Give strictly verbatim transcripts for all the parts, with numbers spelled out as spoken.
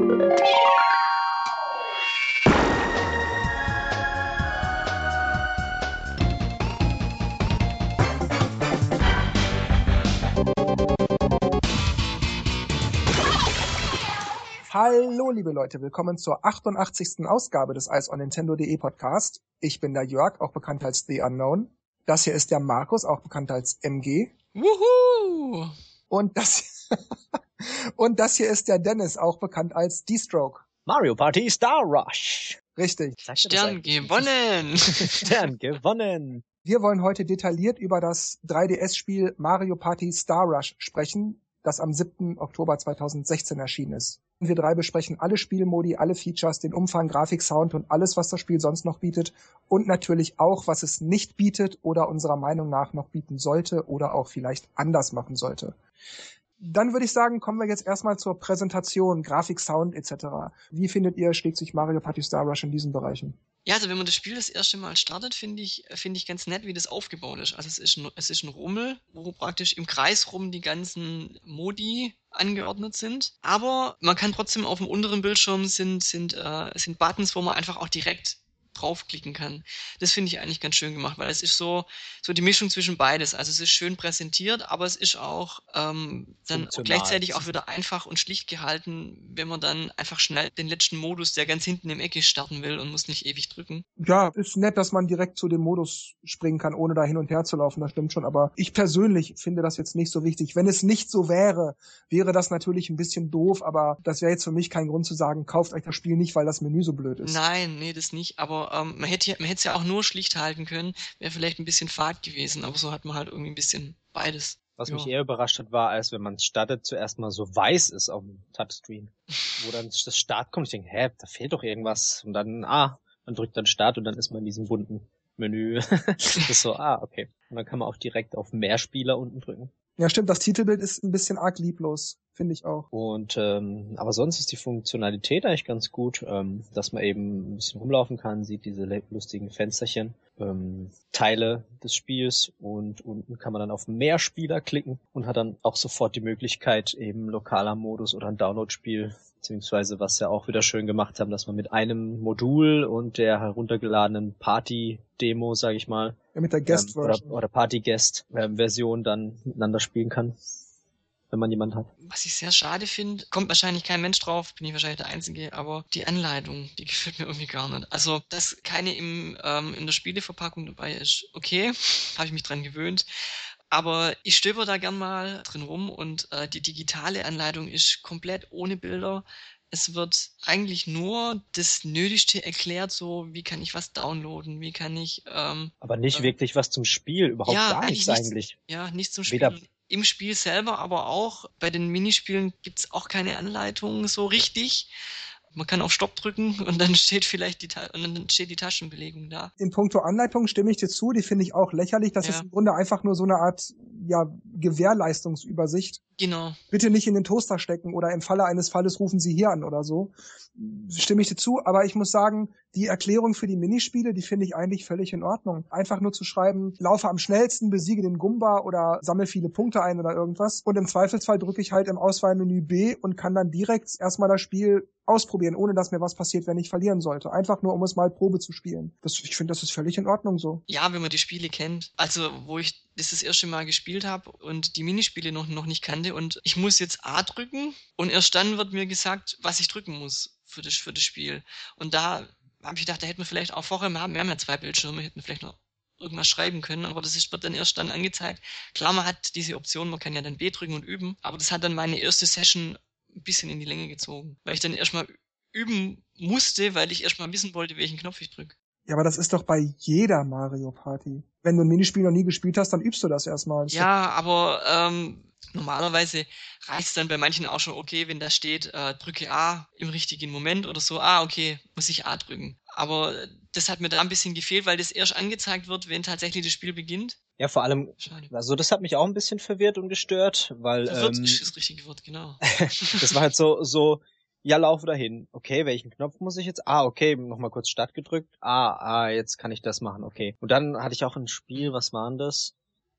Hallo liebe Leute, willkommen zur achtundachtzigsten Ausgabe des Ice on Nintendo punkt de Podcast. Ich bin der Jörg, auch bekannt als The Unknown. Das hier ist der Markus, auch bekannt als M G. Wuhu! Und das, und das hier ist der Dennis, auch bekannt als D-Stroke. Mario Party Star Rush. Richtig. Stern gewonnen! Stern gewonnen! Wir wollen heute detailliert über das drei D S-Spiel Mario Party Star Rush sprechen, das am siebten Oktober zweitausendsechzehn erschienen ist. Wir drei besprechen alle Spielmodi, alle Features, den Umfang, Grafik, Sound und alles, was das Spiel sonst noch bietet. Und natürlich auch, was es nicht bietet oder unserer Meinung nach noch bieten sollte oder auch vielleicht anders machen sollte. Dann würde ich sagen, kommen wir jetzt erstmal zur Präsentation, Grafik, Sound et cetera. Wie findet ihr, schlägt sich Mario Party Star Rush in diesen Bereichen? Ja, also wenn man das Spiel das erste Mal startet, finde ich, finde ich ganz nett, wie das aufgebaut ist. Also es ist ein, es ist ein Rummel, wo praktisch im Kreis rum die ganzen Modi angeordnet sind. Aber man kann trotzdem auf dem unteren Bildschirm sind, sind, äh, sind Buttons, wo man einfach auch direkt draufklicken kann. Das finde ich eigentlich ganz schön gemacht, weil es ist so so die Mischung zwischen beides. Also es ist schön präsentiert, aber es ist auch ähm, dann gleichzeitig auch wieder einfach und schlicht gehalten, wenn man dann einfach schnell den letzten Modus, der ganz hinten im Ecke starten will und muss nicht ewig drücken. Ja, ist nett, dass man direkt zu dem Modus springen kann, ohne da hin und her zu laufen, das stimmt schon, aber ich persönlich finde das jetzt nicht so wichtig. Wenn es nicht so wäre, wäre das natürlich ein bisschen doof, aber das wäre jetzt für mich kein Grund zu sagen, kauft euch das Spiel nicht, weil das Menü so blöd ist. Nein, nee, das nicht, aber ähm, man hätte man hätte es ja auch nur schlicht halten können, wäre vielleicht ein bisschen fad gewesen, aber so hat man halt irgendwie ein bisschen beides. Was Ja. mich eher überrascht hat, war, als wenn man startet, zuerst mal so weiß ist auf dem Touchscreen, wo dann das Start kommt. Ich denke, hä, da fehlt doch irgendwas. Und dann, ah, man drückt dann Start und dann ist man in diesem bunten Menü. Das ist so, ah, okay. Und dann kann man auch direkt auf Mehrspieler unten drücken. Ja, stimmt, das Titelbild ist ein bisschen arg lieblos, finde ich auch. Und ähm, aber sonst ist die Funktionalität eigentlich ganz gut, ähm, dass man eben ein bisschen rumlaufen kann, sieht diese lustigen Fensterchen, ähm, Teile des Spiels und unten kann man dann auf Mehrspieler klicken und hat dann auch sofort die Möglichkeit, eben lokaler Modus oder ein Download-Spiel, beziehungsweise was ja auch wieder schön gemacht haben, dass man mit einem Modul und der heruntergeladenen Party-Demo, sage ich mal, Ja, mit der Guest-Version. ähm, oder, oder Party-Guest-Version dann miteinander spielen kann, wenn man jemanden hat. Was ich sehr schade finde, kommt wahrscheinlich kein Mensch drauf, bin ich wahrscheinlich der Einzige, aber die Anleitung, die gefällt mir irgendwie gar nicht. Also, dass keine im, ähm, in der Spieleverpackung dabei ist, okay, habe ich mich dran gewöhnt. Aber ich stöber da gern mal drin rum und äh, die digitale Anleitung ist komplett ohne Bilder. Es wird eigentlich nur das Nötigste erklärt, so wie kann ich was downloaden, wie kann ich... Ähm, aber nicht äh, wirklich was zum Spiel, überhaupt ja, gar nichts nichts, eigentlich. Ja, nichts zum Spiel. Weder Im Spiel selber, aber auch bei den Minispielen gibt's auch keine Anleitung so richtig. Man kann auf Stopp drücken und dann steht vielleicht die Ta- und dann steht die Taschenbelegung da. In puncto Anleitung stimme ich dir zu, die finde ich auch lächerlich. Das Ja. ist im Grunde einfach nur so eine Art, ja, Gewährleistungsübersicht. Genau. Bitte nicht in den Toaster stecken oder im Falle eines Falles rufen Sie hier an oder so. Stimme ich dir zu, aber ich muss sagen, die Erklärung für die Minispiele, die finde ich eigentlich völlig in Ordnung. Einfach nur zu schreiben, laufe am schnellsten, besiege den Gumba oder sammle viele Punkte ein oder irgendwas. Und im Zweifelsfall drücke ich halt im Auswahlmenü B und kann dann direkt erstmal das Spiel ausprobieren, ohne dass mir was passiert, wenn ich verlieren sollte. Einfach nur, um es mal Probe zu spielen. Das, ich finde, das ist völlig in Ordnung so. Ja, wenn man die Spiele kennt. Also, wo ich das das erste Mal gespielt habe und die Minispiele noch, noch nicht kannte und ich muss jetzt A drücken und erst dann wird mir gesagt, was ich drücken muss für das, für das Spiel. Und da habe ich gedacht, da hätten wir vielleicht auch vorher, wir haben, wir haben ja zwei Bildschirme, hätten wir vielleicht noch irgendwas schreiben können, aber das ist, wird dann erst dann angezeigt. Klar, man hat diese Option, man kann ja dann B drücken und üben, aber das hat dann meine erste Session ein bisschen in die Länge gezogen, weil ich dann erstmal üben musste, weil ich erstmal wissen wollte, welchen Knopf ich drücke. Ja, aber das ist doch bei jeder Mario Party. Wenn du ein Minispiel noch nie gespielt hast, dann übst du das erstmal. Das ja, aber ähm, normalerweise reicht es dann bei manchen auch schon, okay, wenn da steht, äh, drücke A im richtigen Moment oder so, ah, okay, muss ich A drücken. Aber das hat mir da ein bisschen gefehlt, weil das erst angezeigt wird, wenn tatsächlich das Spiel beginnt. Ja, vor allem, Schade. also das hat mich auch ein bisschen verwirrt und gestört, weil Verwirrt ähm, ist das richtige Wort, genau. das war halt so, so, ja, laufe dahin. Okay, welchen Knopf muss ich jetzt? Ah, okay, nochmal kurz Start gedrückt. Ah, ah, jetzt kann ich das machen, okay. Und dann hatte ich auch ein Spiel, was war denn das?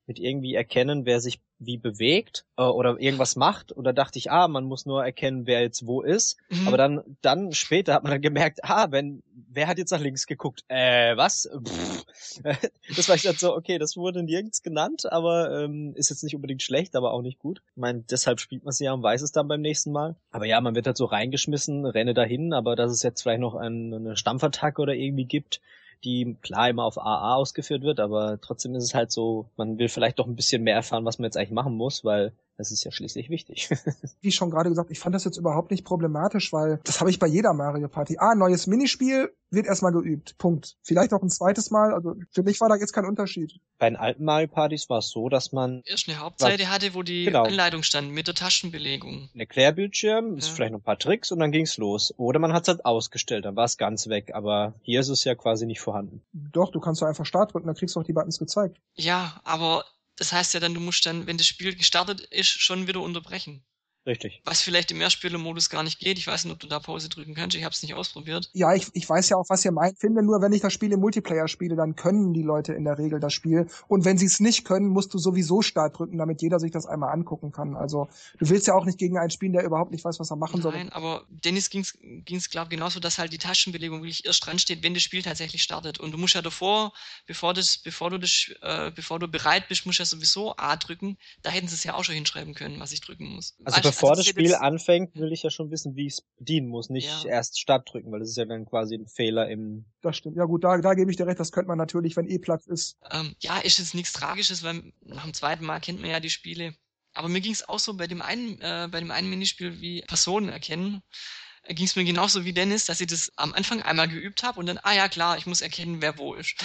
mit irgendwie erkennen, wer sich wie bewegt äh, oder irgendwas macht. Und da dachte ich, ah, man muss nur erkennen, wer jetzt wo ist. Mhm. Aber dann dann später hat man dann gemerkt, ah, wenn wer hat jetzt nach links geguckt? Äh, was? Pff. Das war ich dann so, okay, das wurde nirgends genannt, aber ähm, ist jetzt nicht unbedingt schlecht, aber auch nicht gut. Ich meine, deshalb spielt man es ja und weiß es dann beim nächsten Mal. Aber ja, man wird halt so reingeschmissen, renne dahin, aber dass es jetzt vielleicht noch ein, eine Stampfattacke oder irgendwie gibt, die klar immer auf A A ausgeführt wird, aber trotzdem ist es halt so, man will vielleicht doch ein bisschen mehr erfahren, was man jetzt eigentlich machen muss, weil das ist ja schließlich wichtig. Wie schon gerade gesagt, ich fand das jetzt überhaupt nicht problematisch, weil das habe ich bei jeder Mario Party. Ah, neues Minispiel, wird erstmal geübt. Punkt. Vielleicht auch ein zweites Mal, also für mich war da jetzt kein Unterschied. Bei den alten Mario Partys war es so, dass man erst eine Hauptseite was, hatte, wo die genau. Anleitung stand mit der Taschenbelegung. Ein Erklärbildschirm, ist ja. vielleicht noch ein paar Tricks und dann ging's los. Oder man hat's halt ausgestellt, dann war es ganz weg, aber hier ist es ja quasi nicht vorhanden. Doch, du kannst doch einfach Start drücken, dann kriegst du auch die Buttons gezeigt. Ja, aber das heißt ja dann, du musst dann, wenn das Spiel gestartet ist, schon wieder unterbrechen. Richtig. Was vielleicht im Mehrspielermodus gar nicht geht. Ich weiß nicht, ob du da Pause drücken kannst. Ich habe es nicht ausprobiert. Ja, ich, ich weiß ja auch, was ihr meint. Ich finde nur, wenn ich das Spiel im Multiplayer spiele, dann können die Leute in der Regel das Spiel. Und wenn sie es nicht können, musst du sowieso Start drücken, damit jeder sich das einmal angucken kann. Also du willst ja auch nicht gegen einen spielen, der überhaupt nicht weiß, was er machen soll. Nein, aber Dennis ging's ging's glaube ich genauso, dass halt die Taschenbelegung wirklich erst dran steht, wenn das Spiel tatsächlich startet. Und du musst ja davor, bevor das, bevor du das, äh, bevor du bereit bist, musst du ja sowieso A drücken. Da hätten sie es ja auch schon hinschreiben können, was ich drücken muss. Also weißt, bevor also das Spiel anfängt, will ich ja schon wissen, wie ich es bedienen muss, nicht ja. erst Start drücken, weil das ist ja dann quasi ein Fehler im... Das stimmt. Ja gut, da, da gebe ich dir recht, das könnte man natürlich, wenn eh Platz ist. Ähm, ja, ist jetzt nichts Tragisches, weil nach dem zweiten Mal kennt man ja die Spiele. Aber mir ging es auch so bei dem einen, äh, bei dem einen Minispiel wie Personen erkennen, ging es mir genauso wie Dennis, dass ich das am Anfang einmal geübt habe und dann, ah ja klar, ich muss erkennen, wer wo ist.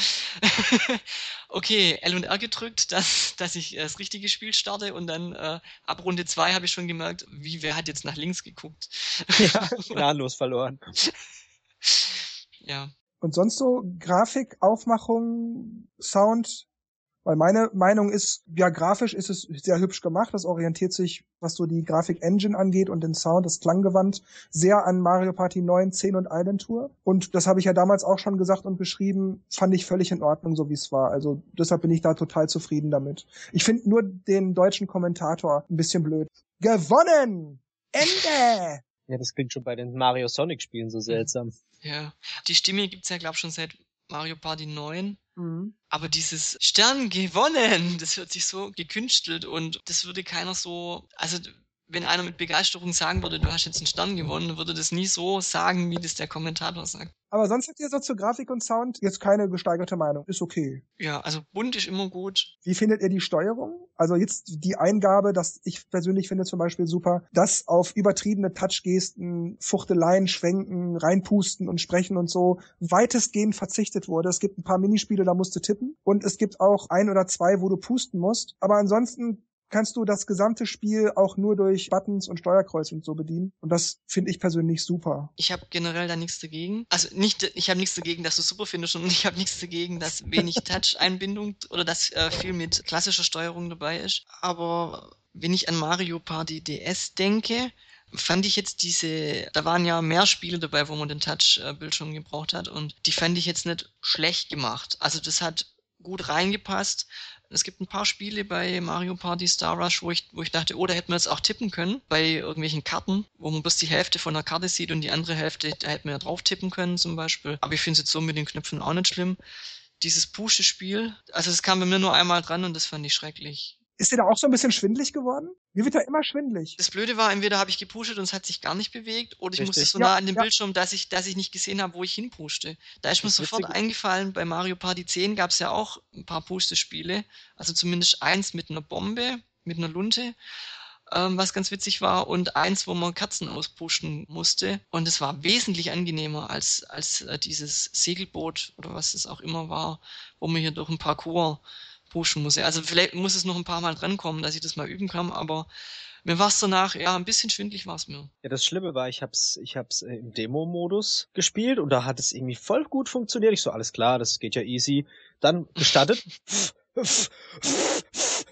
Okay, L und R gedrückt, dass, dass ich das richtige Spiel starte und dann äh, ab Runde zwei habe ich schon gemerkt, wie, wer hat jetzt nach links geguckt. Ja, gnadenlos verloren. Ja. Und sonst so Grafik, Aufmachung, Sound? Weil meine Meinung ist, ja, grafisch ist es sehr hübsch gemacht. Das orientiert sich, was so die Grafik-Engine angeht und den Sound, das Klanggewand, sehr an Mario Party neun, zehn und Island Tour. Und das habe ich ja damals auch schon gesagt und beschrieben, fand ich völlig in Ordnung, so wie es war. Also deshalb bin ich da total zufrieden damit. Ich finde nur den deutschen Kommentator ein bisschen blöd. Gewonnen! Ende! Ja, das klingt schon bei den Mario-Sonic-Spielen so seltsam. Ja, die Stimme gibt's ja, glaube ich, schon seit Mario Party neun. Mhm. Aber dieses Stern gewonnen, das hört sich so gekünstelt und das würde keiner so, also wenn einer mit Begeisterung sagen würde, du hast jetzt einen Stern gewonnen, würde das nie so sagen, wie das der Kommentator sagt. Aber sonst habt ihr so zu Grafik und Sound jetzt keine gesteigerte Meinung. Ist okay. Ja, also bunt ist immer gut. Wie findet ihr die Steuerung? Also jetzt die Eingabe, dass ich persönlich finde zum Beispiel super, dass auf übertriebene Touchgesten, Fuchteleien, Schwenken, reinpusten und sprechen und so weitestgehend verzichtet wurde. Es gibt ein paar Minispiele, da musst du tippen. Und es gibt auch ein oder zwei, wo du pusten musst. Aber ansonsten kannst du das gesamte Spiel auch nur durch Buttons und Steuerkreuz und so bedienen. Und das finde ich persönlich super. Ich habe generell da nichts dagegen. Also nicht, ich habe nichts dagegen, dass du super findest und ich habe nichts dagegen, dass wenig Touch-Einbindung oder dass äh, viel mit klassischer Steuerung dabei ist. Aber wenn ich an Mario Party D S denke, fand ich jetzt diese, da waren ja mehr Spiele dabei, wo man den Touch-Bildschirm gebraucht hat und die fand ich jetzt nicht schlecht gemacht. Also das hat gut reingepasst. Es gibt ein paar Spiele bei Mario Party Star Rush, wo ich, wo ich dachte, oh, da hätten wir jetzt auch tippen können, bei irgendwelchen Karten, wo man bloß die Hälfte von der Karte sieht und die andere Hälfte, da hätten wir ja drauf tippen können zum Beispiel. Aber ich finde es jetzt so mit den Knöpfen auch nicht schlimm. Dieses Pushe-Spiel, also es kam bei mir nur einmal dran und das fand ich schrecklich. Ist dir da auch so ein bisschen schwindelig geworden? Mir wird da immer schwindelig. Das Blöde war, entweder habe ich gepusht und es hat sich gar nicht bewegt, oder ich Richtig. musste so Ja, nah an dem ja. Bildschirm, dass ich, dass ich nicht gesehen habe, wo ich hinpushte. Da ist mir Das sofort Witzige- eingefallen, bei Mario Party zehn gab es ja auch ein paar Puste-Spiele, also zumindest eins mit einer Bombe, mit einer Lunte, ähm, was ganz witzig war, und eins, wo man Kerzen auspushen musste. Und es war wesentlich angenehmer als, als äh, dieses Segelboot oder was es auch immer war, wo man hier durch ein Parcours pushen muss. Also vielleicht muss es noch ein paar Mal drankommen, dass ich das mal üben kann, aber mir war es danach, ja, ein bisschen schwindelig war es mir. Ja, das Schlimme war, ich hab's, ich hab's äh, im Demo-Modus gespielt und da hat es irgendwie voll gut funktioniert. Ich so, alles klar, das geht ja easy. Dann gestartet.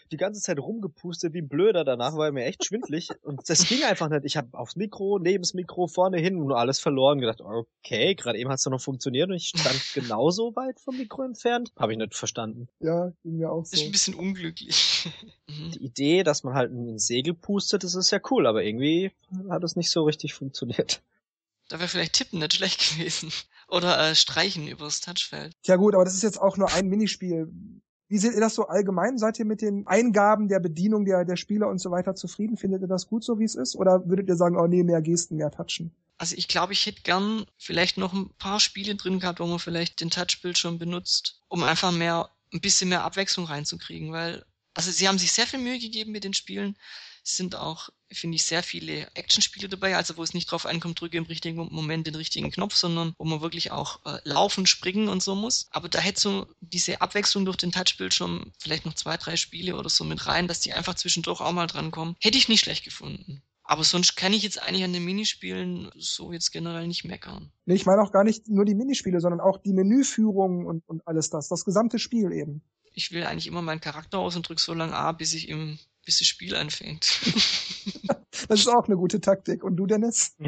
die ganze Zeit rumgepustet wie ein Blöder. Danach war mir echt schwindelig und das ging einfach nicht. Ich habe aufs Mikro, neben das Mikro, vorne hin und alles verloren. Gedacht, okay, gerade eben hat's doch noch funktioniert und ich stand genauso weit vom Mikro entfernt. Habe ich nicht verstanden. Ja, ging mir auch so. Das ist ein bisschen unglücklich. Die Idee, dass man halt ein Segel pustet, das ist ja cool, aber irgendwie hat es nicht so richtig funktioniert. Da wäre vielleicht Tippen nicht schlecht gewesen. Oder äh, Streichen übers Touchfeld. Tja gut, aber das ist jetzt auch nur ein Minispiel. Wie seht ihr das so allgemein? Seid ihr mit den Eingaben der Bedienung der, der Spieler und so weiter zufrieden? Findet ihr das gut so, wie es ist? Oder würdet ihr sagen, oh nee, mehr Gesten, mehr Touchen? Also ich glaube, ich hätte gern vielleicht noch ein paar Spiele drin gehabt, wo man vielleicht den Touchbildschirm benutzt, um einfach mehr, ein bisschen mehr Abwechslung reinzukriegen, weil, also sie haben sich sehr viel Mühe gegeben mit den Spielen. Es sind auch, finde ich, sehr viele Actionspiele dabei, also wo es nicht drauf ankommt, drücke im richtigen Moment den richtigen Knopf, sondern wo man wirklich auch äh, laufen, springen und so muss. Aber da hätte so diese Abwechslung durch den Touchbildschirm vielleicht noch zwei, drei Spiele oder so mit rein, dass die einfach zwischendurch auch mal drankommen. Hätte ich nicht schlecht gefunden. Aber sonst kann ich jetzt eigentlich an den Minispielen so jetzt generell nicht meckern. Nee, ich meine auch gar nicht nur die Minispiele, sondern auch die Menüführung und, und alles das. Das gesamte Spiel eben. Ich wähle eigentlich immer meinen Charakter aus und drücke so lange A, bis ich im bis das Spiel anfängt. Das ist auch eine gute Taktik. Und du, Dennis?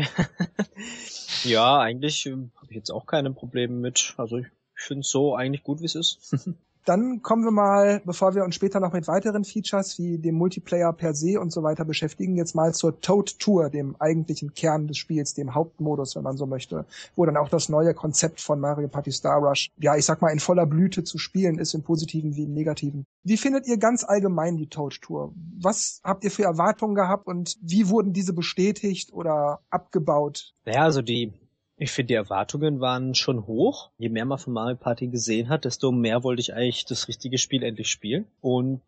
Ja, eigentlich ähm, habe ich jetzt auch keine Probleme mit. Also ich finde es so eigentlich gut, wie es ist. Dann kommen wir mal, bevor wir uns später noch mit weiteren Features wie dem Multiplayer per se und so weiter beschäftigen, jetzt mal zur Toad Tour, dem eigentlichen Kern des Spiels, dem Hauptmodus, wenn man so möchte, wo dann auch das neue Konzept von Mario Party Star Rush, ja, ich sag mal, in voller Blüte zu spielen ist, im Positiven wie im Negativen. Wie findet ihr ganz allgemein die Toad Tour? Was habt ihr für Erwartungen gehabt und wie wurden diese bestätigt oder abgebaut? Naja, also die Ich finde, die Erwartungen waren schon hoch. Je mehr man von Mario Party gesehen hat, desto mehr wollte ich eigentlich das richtige Spiel endlich spielen. Und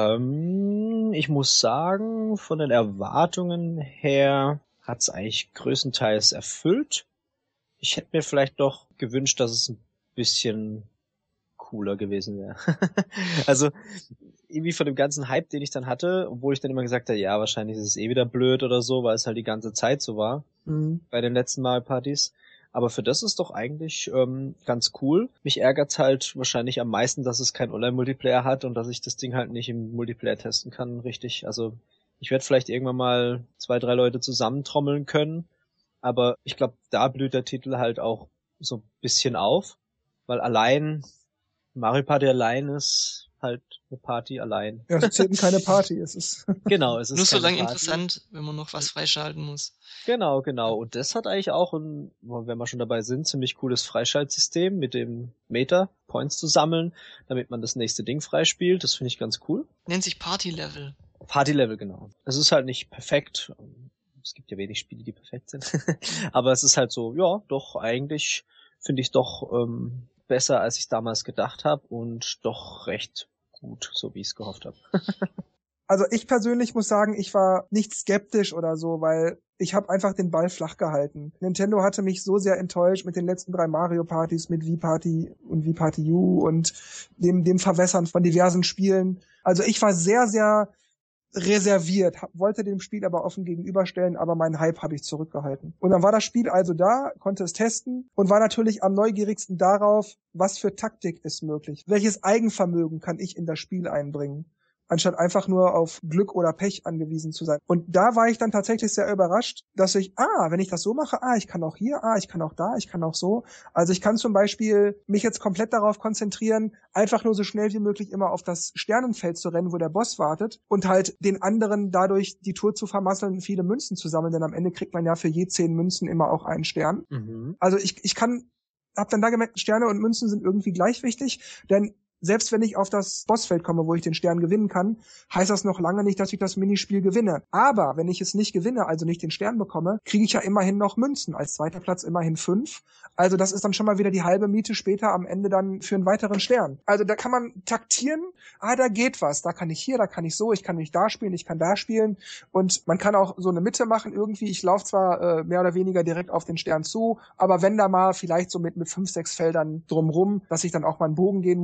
ähm, ich muss sagen, von den Erwartungen her hat es eigentlich größtenteils erfüllt. Ich hätte mir vielleicht doch gewünscht, dass es ein bisschen cooler gewesen wäre. Also irgendwie von dem ganzen Hype, den ich dann hatte, obwohl ich dann immer gesagt habe, ja, wahrscheinlich ist es eh wieder blöd oder so, weil es halt die ganze Zeit so war mhm. bei den letzten Mario Partys. Aber für das ist doch eigentlich ähm, ganz cool. Mich ärgert's halt wahrscheinlich am meisten, dass es kein Online-Multiplayer hat und dass ich das Ding halt nicht im Multiplayer testen kann, richtig. Also ich werde vielleicht irgendwann mal zwei, drei Leute zusammentrommeln können, aber ich glaube, da blüht der Titel halt auch so ein bisschen auf, weil allein Mario Party allein ist halt eine Party allein. Ja, es ist eben keine Party, es ist. Genau, es ist nur so lange Party. Interessant, wenn man noch was freischalten muss. Genau, genau. Und das hat eigentlich auch ein, wenn wir schon dabei sind, ziemlich cooles Freischaltsystem mit dem Meter, Points zu sammeln, damit man das nächste Ding freispielt. Das finde ich ganz cool. Nennt sich Party Level. Party Level, genau. Es ist halt nicht perfekt. Es gibt ja wenig Spiele, die perfekt sind. Aber es ist halt so, ja, doch, eigentlich finde ich doch ähm, besser, als ich damals gedacht habe und doch recht gut, so wie ich es gehofft habe. Also ich persönlich muss sagen, ich war nicht skeptisch oder so, weil ich habe einfach den Ball flach gehalten. Nintendo hatte mich so sehr enttäuscht mit den letzten drei Mario-Partys, mit Wii-Party und Wii-Party U und dem, dem Verwässern von diversen Spielen. Also ich war sehr, sehr reserviert, hab, wollte dem Spiel aber offen gegenüberstellen, aber meinen Hype habe ich zurückgehalten. Und dann war das Spiel also da, konnte es testen und war natürlich am neugierigsten darauf, was für Taktik ist möglich. Welches Eigenvermögen kann ich in das Spiel einbringen, anstatt einfach nur auf Glück oder Pech angewiesen zu sein. Und da war ich dann tatsächlich sehr überrascht, dass ich, ah, wenn ich das so mache, ah, ich kann auch hier, ah, ich kann auch da, ich kann auch so. Also ich kann zum Beispiel mich jetzt komplett darauf konzentrieren, einfach nur so schnell wie möglich immer auf das Sternenfeld zu rennen, wo der Boss wartet und halt den anderen dadurch die Tour zu vermasseln, viele Münzen zu sammeln, denn am Ende kriegt man ja für je zehn Münzen immer auch einen Stern. Mhm. Also ich, ich kann, hab dann da gemerkt, Sterne und Münzen sind irgendwie gleich wichtig, denn selbst wenn ich auf das Bossfeld komme, wo ich den Stern gewinnen kann, heißt das noch lange nicht, dass ich das Minispiel gewinne. Aber wenn ich es nicht gewinne, also nicht den Stern bekomme, kriege ich ja immerhin noch Münzen. Als zweiter Platz immerhin fünf. Also das ist dann schon mal wieder die halbe Miete später am Ende dann für einen weiteren Stern. Also da kann man taktieren, ah, da geht was. Da kann ich hier, da kann ich so, ich kann nicht da spielen, ich kann da spielen. Und man kann auch so eine Mitte machen irgendwie. Ich laufe zwar äh, mehr oder weniger direkt auf den Stern zu, aber wenn da mal vielleicht so mit, mit fünf, sechs Feldern drumrum, dass ich dann auch mal einen Bogen gehen muss, dann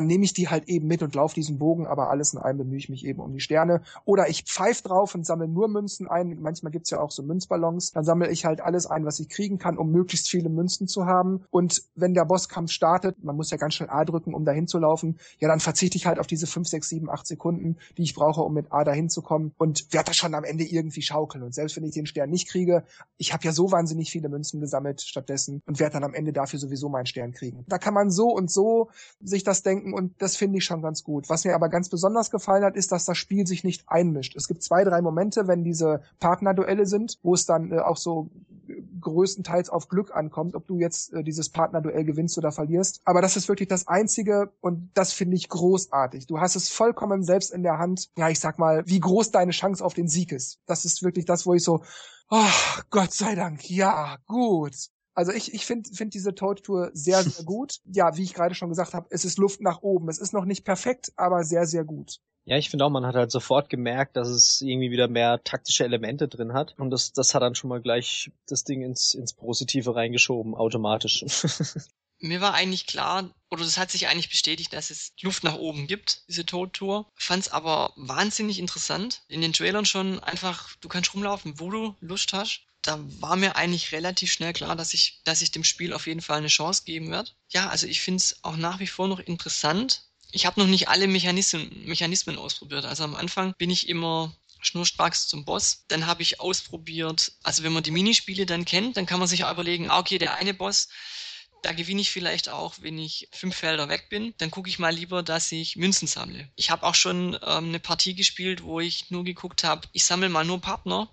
dann nehme ich die halt eben mit und laufe diesen Bogen, aber alles in allem bemühe ich mich eben um die Sterne. Oder ich pfeife drauf und sammle nur Münzen ein. Manchmal gibt's ja auch so Münzballons. Dann sammle ich halt alles ein, was ich kriegen kann, um möglichst viele Münzen zu haben. Und wenn der Bosskampf startet, man muss ja ganz schnell A drücken, um dahin zu laufen, ja, dann verzichte ich halt auf diese fünf, sechs, sieben, acht Sekunden, die ich brauche, um mit A dahin zu kommen und werde das schon am Ende irgendwie schaukeln. Und selbst wenn ich den Stern nicht kriege, ich habe ja so wahnsinnig viele Münzen gesammelt stattdessen und werde dann am Ende dafür sowieso meinen Stern kriegen. Da kann man so und so sich das denken und das finde ich schon ganz gut. Was mir aber ganz besonders gefallen hat, ist, dass das Spiel sich nicht einmischt. Es gibt zwei, drei Momente, wenn diese Partnerduelle sind, wo es dann äh, auch so größtenteils auf Glück ankommt, ob du jetzt äh, dieses Partnerduell gewinnst oder verlierst. Aber das ist wirklich das Einzige und das finde ich großartig. Du hast es vollkommen selbst in der Hand, ja, ich sag mal, wie groß deine Chance auf den Sieg ist. Das ist wirklich das, wo ich so, oh, Gott sei Dank, ja, gut. Also ich ich finde find diese Toad-Tour sehr, sehr gut. Ja, wie ich gerade schon gesagt habe, es ist Luft nach oben. Es ist noch nicht perfekt, aber sehr, sehr gut. Ja, ich finde auch, man hat halt sofort gemerkt, dass es irgendwie wieder mehr taktische Elemente drin hat. Und das, das hat dann schon mal gleich das Ding ins, ins Positive reingeschoben, automatisch. Mir war eigentlich klar, oder das hat sich eigentlich bestätigt, dass es Luft nach oben gibt, diese Toad-Tour. Fand's aber wahnsinnig interessant. In den Trailern schon einfach, du kannst rumlaufen, wo du Lust hast. Da war mir eigentlich relativ schnell klar, dass ich, dass ich dem Spiel auf jeden Fall eine Chance geben werde. Ja, also ich find's auch nach wie vor noch interessant. Ich habe noch nicht alle Mechanismen, Mechanismen ausprobiert. Also am Anfang bin ich immer schnurstracks zum Boss. Dann habe ich ausprobiert, also wenn man die Minispiele dann kennt, dann kann man sich auch überlegen, ah, okay, der eine Boss, da gewinne ich vielleicht auch, wenn ich fünf Felder weg bin. Dann gucke ich mal lieber, dass ich Münzen sammle. Ich habe auch schon ähm, eine Partie gespielt, wo ich nur geguckt habe, ich sammle mal nur Partner.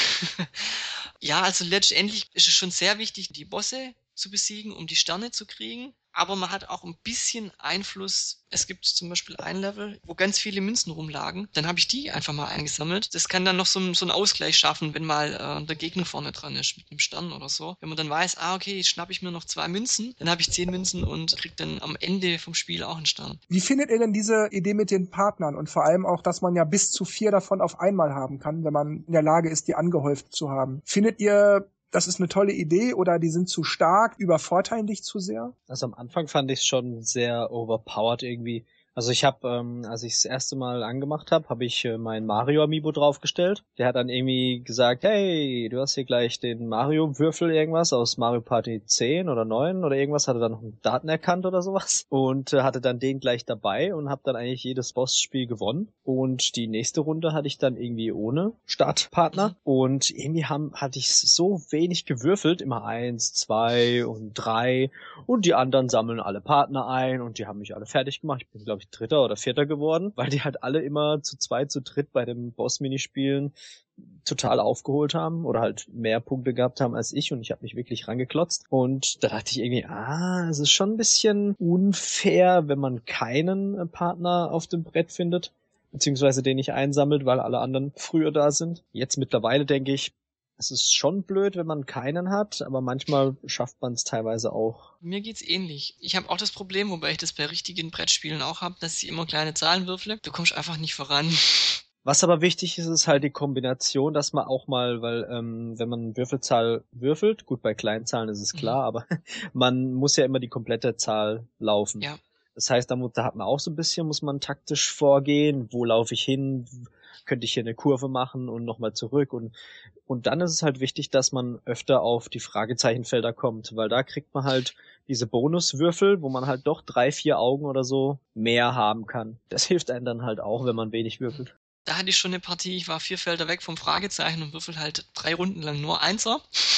Ja, also letztendlich ist es schon sehr wichtig, die Bosse zu besiegen, um die Sterne zu kriegen. Aber man hat auch ein bisschen Einfluss. Es gibt zum Beispiel ein Level, wo ganz viele Münzen rumlagen. Dann habe ich die einfach mal eingesammelt. Das kann dann noch so, so einen Ausgleich schaffen, wenn mal äh, der Gegner vorne dran ist mit einem Stern oder so. Wenn man dann weiß, ah okay, jetzt schnappe ich mir noch zwei Münzen, dann habe ich zehn Münzen und kriege dann am Ende vom Spiel auch einen Stern. Wie findet ihr denn diese Idee mit den Partnern und vor allem auch, dass man ja bis zu vier davon auf einmal haben kann, wenn man in der Lage ist, die angehäuft zu haben? Findet ihr, das ist eine tolle Idee oder die sind zu stark, übervorteilen dich zu sehr? Also am Anfang fand ich es schon sehr overpowered irgendwie. Also ich habe, ähm, als ich das erste Mal angemacht habe, habe ich äh, mein Mario-Amiibo draufgestellt. Der hat dann irgendwie gesagt, hey, du hast hier gleich den Mario-Würfel irgendwas aus Mario Party zehn oder neun oder irgendwas, hatte dann noch einen Daten erkannt oder sowas und äh, hatte dann den gleich dabei und habe dann eigentlich jedes Bossspiel gewonnen. Und die nächste Runde hatte ich dann irgendwie ohne Startpartner mhm. und irgendwie haben, hatte ich so wenig gewürfelt, immer eins, zwei und drei und die anderen sammeln alle Partner ein und die haben mich alle fertig gemacht. Ich bin, glaube ich, Dritter oder Vierter geworden, weil die halt alle immer zu zweit, zu dritt bei dem Boss-Minispielen total aufgeholt haben oder halt mehr Punkte gehabt haben als ich und ich habe mich wirklich rangeklotzt und da dachte ich irgendwie, ah, es ist schon ein bisschen unfair, wenn man keinen Partner auf dem Brett findet, beziehungsweise den nicht einsammelt, weil alle anderen früher da sind. Jetzt mittlerweile denke ich, es ist schon blöd, wenn man keinen hat, aber manchmal schafft man es teilweise auch. Mir geht's ähnlich. Ich habe auch das Problem, wobei ich das bei richtigen Brettspielen auch habe, dass ich immer kleine Zahlen würfle. Du kommst einfach nicht voran. Was aber wichtig ist, ist halt die Kombination, dass man auch mal, weil ähm, wenn man Würfelzahl würfelt, gut, bei kleinen Zahlen ist es klar, mhm. aber man muss ja immer die komplette Zahl laufen. Ja. Das heißt, da, da hat man auch so ein bisschen, muss man taktisch vorgehen, wo laufe ich hin, könnte ich hier eine Kurve machen und nochmal zurück und und dann ist es halt wichtig, dass man öfter auf die Fragezeichenfelder kommt, weil da kriegt man halt diese Bonuswürfel, wo man halt doch drei, vier Augen oder so mehr haben kann. Das hilft einem dann halt auch, wenn man wenig würfelt. Da hatte ich schon eine Partie, ich war vier Felder weg vom Fragezeichen und würfel halt drei Runden lang nur Einser.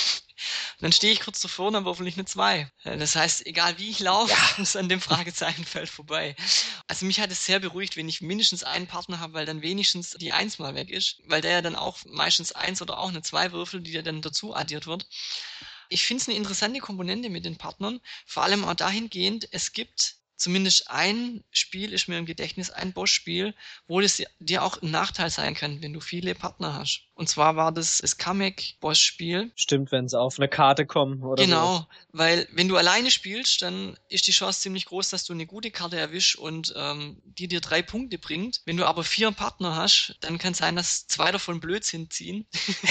Und dann stehe ich kurz davor und dann würfel ich eine zwei. Das heißt, egal wie ich laufe, ja. ist an dem Fragezeichenfeld vorbei. Also mich hat es sehr beruhigt, wenn ich mindestens einen Partner habe, weil dann wenigstens die eins mal weg ist. Weil der ja dann auch meistens eins oder auch eine zwei würfelt, die ja dann dazu addiert wird. Ich finde es eine interessante Komponente mit den Partnern. Vor allem auch dahingehend, es gibt zumindest ein Spiel, ist mir im Gedächtnis, ein Bossspiel, wo das dir auch ein Nachteil sein kann, wenn du viele Partner hast. Und zwar war das das Kamek-Boss-Spiel. Stimmt, wenn sie auf eine Karte kommen oder so. Genau, sowas. weil wenn du alleine spielst, dann ist die Chance ziemlich groß, dass du eine gute Karte erwischst und ähm, die dir drei Punkte bringt. Wenn du aber vier Partner hast, dann kann es sein, dass zwei davon Blödsinn ziehen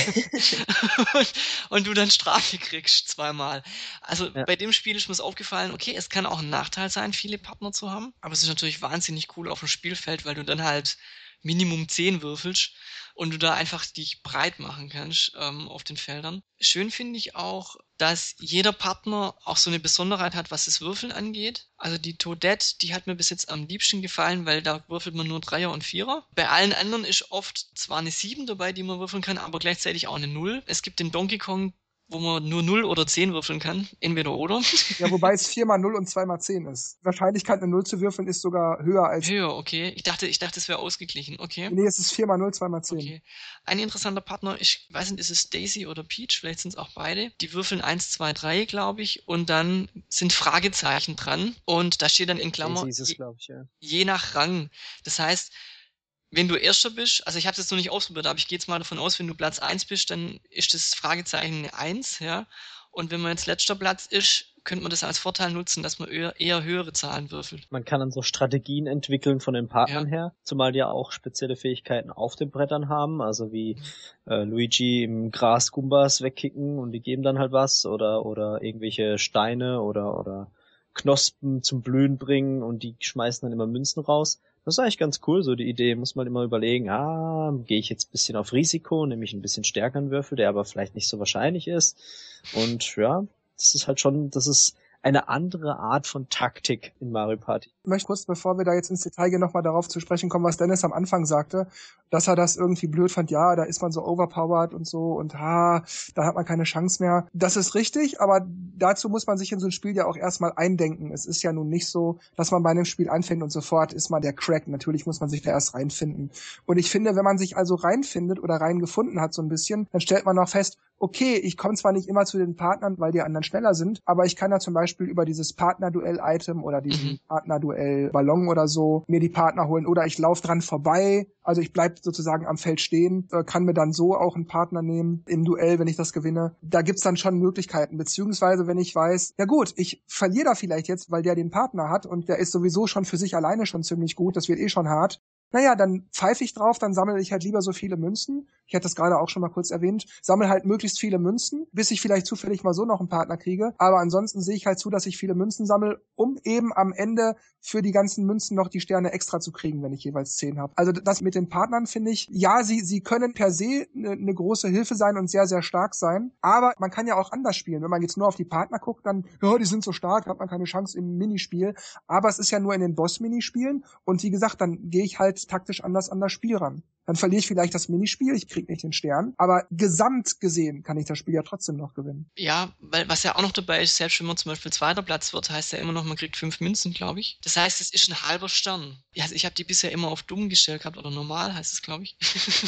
und, und du dann Strafe kriegst zweimal. Also Ja. bei dem Spiel ist mir aufgefallen, okay, es kann auch ein Nachteil sein, viele Partner zu haben, aber es ist natürlich wahnsinnig cool auf dem Spielfeld, weil du dann halt Minimum zehn würfelst und du da einfach dich breit machen kannst ähm, auf den Feldern. Schön finde ich auch, dass jeder Partner auch so eine Besonderheit hat, was das Würfeln angeht. Also die Toadette, die hat mir bis jetzt am liebsten gefallen, weil da würfelt man nur Dreier und Vierer. Bei allen anderen ist oft zwar eine sieben dabei, die man würfeln kann, aber gleichzeitig auch eine null. Es gibt den Donkey Kong, wo man nur null oder zehn würfeln kann. Entweder oder. Ja, wobei es vier mal null und zwei mal zehn ist. Die Wahrscheinlichkeit, eine null zu würfeln, ist sogar höher als... Höher, okay. Ich dachte, ich dachte, es wäre ausgeglichen. Okay. Nee, es ist vier mal null, zwei mal zehn. Okay. Ein interessanter Partner, ich weiß nicht, ist es Daisy oder Peach? Vielleicht sind es auch beide. Die würfeln eins, zwei, drei, glaube ich. Und dann sind Fragezeichen dran. Und da steht dann in Klammer, Daisy ist es, je, glaube ich, ja. je nach Rang. Das heißt, wenn du Erster bist, also ich habe es jetzt noch nicht ausprobiert, aber ich gehe jetzt mal davon aus, wenn du Platz eins bist, dann ist das Fragezeichen eine eins, ja. Und wenn man jetzt letzter Platz ist, könnte man das als Vorteil nutzen, dass man eher, eher höhere Zahlen würfelt. Man kann dann so Strategien entwickeln von den Partnern Ja. her, zumal die ja auch spezielle Fähigkeiten auf den Brettern haben, also wie äh, Luigi im Gras Gumbas wegkicken und die geben dann halt was oder oder irgendwelche Steine oder oder Knospen zum Blühen bringen und die schmeißen dann immer Münzen raus. Das ist eigentlich ganz cool, so die Idee. Muss man immer überlegen, ah, gehe ich jetzt ein bisschen auf Risiko, nehme ich ein bisschen stärkeren Würfel, der aber vielleicht nicht so wahrscheinlich ist. Und ja, das ist halt schon, das ist eine andere Art von Taktik in Mario Party. Ich möchte kurz, bevor wir da jetzt ins Detail gehen, nochmal darauf zu sprechen kommen, was Dennis am Anfang sagte, dass er das irgendwie blöd fand. Ja, da ist man so overpowered und so und ha, da hat man keine Chance mehr. Das ist richtig, aber dazu muss man sich in so ein Spiel ja auch erstmal eindenken. Es ist ja nun nicht so, dass man bei einem Spiel anfängt und sofort ist man der Crack. Natürlich muss man sich da erst reinfinden. Und ich finde, wenn man sich also reinfindet oder reingefunden hat so ein bisschen, dann stellt man auch fest, okay, ich komme zwar nicht immer zu den Partnern, weil die anderen schneller sind, aber ich kann ja zum Beispiel über dieses Partnerduell-Item oder diesen Mhm. Partnerduell-Ballon oder so mir die Partner holen oder ich laufe dran vorbei, also ich bleib sozusagen am Feld stehen, äh, kann mir dann so auch einen Partner nehmen im Duell, wenn ich das gewinne. Da gibt's dann schon Möglichkeiten, beziehungsweise wenn ich weiß, ja gut, ich verliere da vielleicht jetzt, weil der den Partner hat und der ist sowieso schon für sich alleine schon ziemlich gut, das wird eh schon hart. Naja, dann pfeife ich drauf, dann sammle ich halt lieber so viele Münzen. Ich hatte das gerade auch schon mal kurz erwähnt. Sammle halt möglichst viele Münzen, bis ich vielleicht zufällig mal so noch einen Partner kriege. Aber ansonsten sehe ich halt zu, dass ich viele Münzen sammle, um eben am Ende für die ganzen Münzen noch die Sterne extra zu kriegen, wenn ich jeweils zehn habe. Also das mit den Partnern finde ich, ja, sie sie können per se eine ne große Hilfe sein und sehr, sehr stark sein. Aber man kann ja auch anders spielen. Wenn man jetzt nur auf die Partner guckt, dann, ja, die sind so stark, hat man keine Chance im Minispiel. Aber es ist ja nur in den Boss-Minispielen. Und wie gesagt, dann gehe ich halt taktisch anders an das Spiel ran. Dann verliere ich vielleicht das Minispiel, ich krieg nicht den Stern, aber gesamt gesehen kann ich das Spiel ja trotzdem noch gewinnen. Ja, weil was ja auch noch dabei ist, selbst wenn man zum Beispiel zweiter Platz wird, heißt ja immer noch, man kriegt fünf Münzen, glaube ich. Das heißt, es ist ein halber Stern. Ja, also ich habe die bisher immer auf dumm gestellt gehabt oder normal heißt es, glaube ich.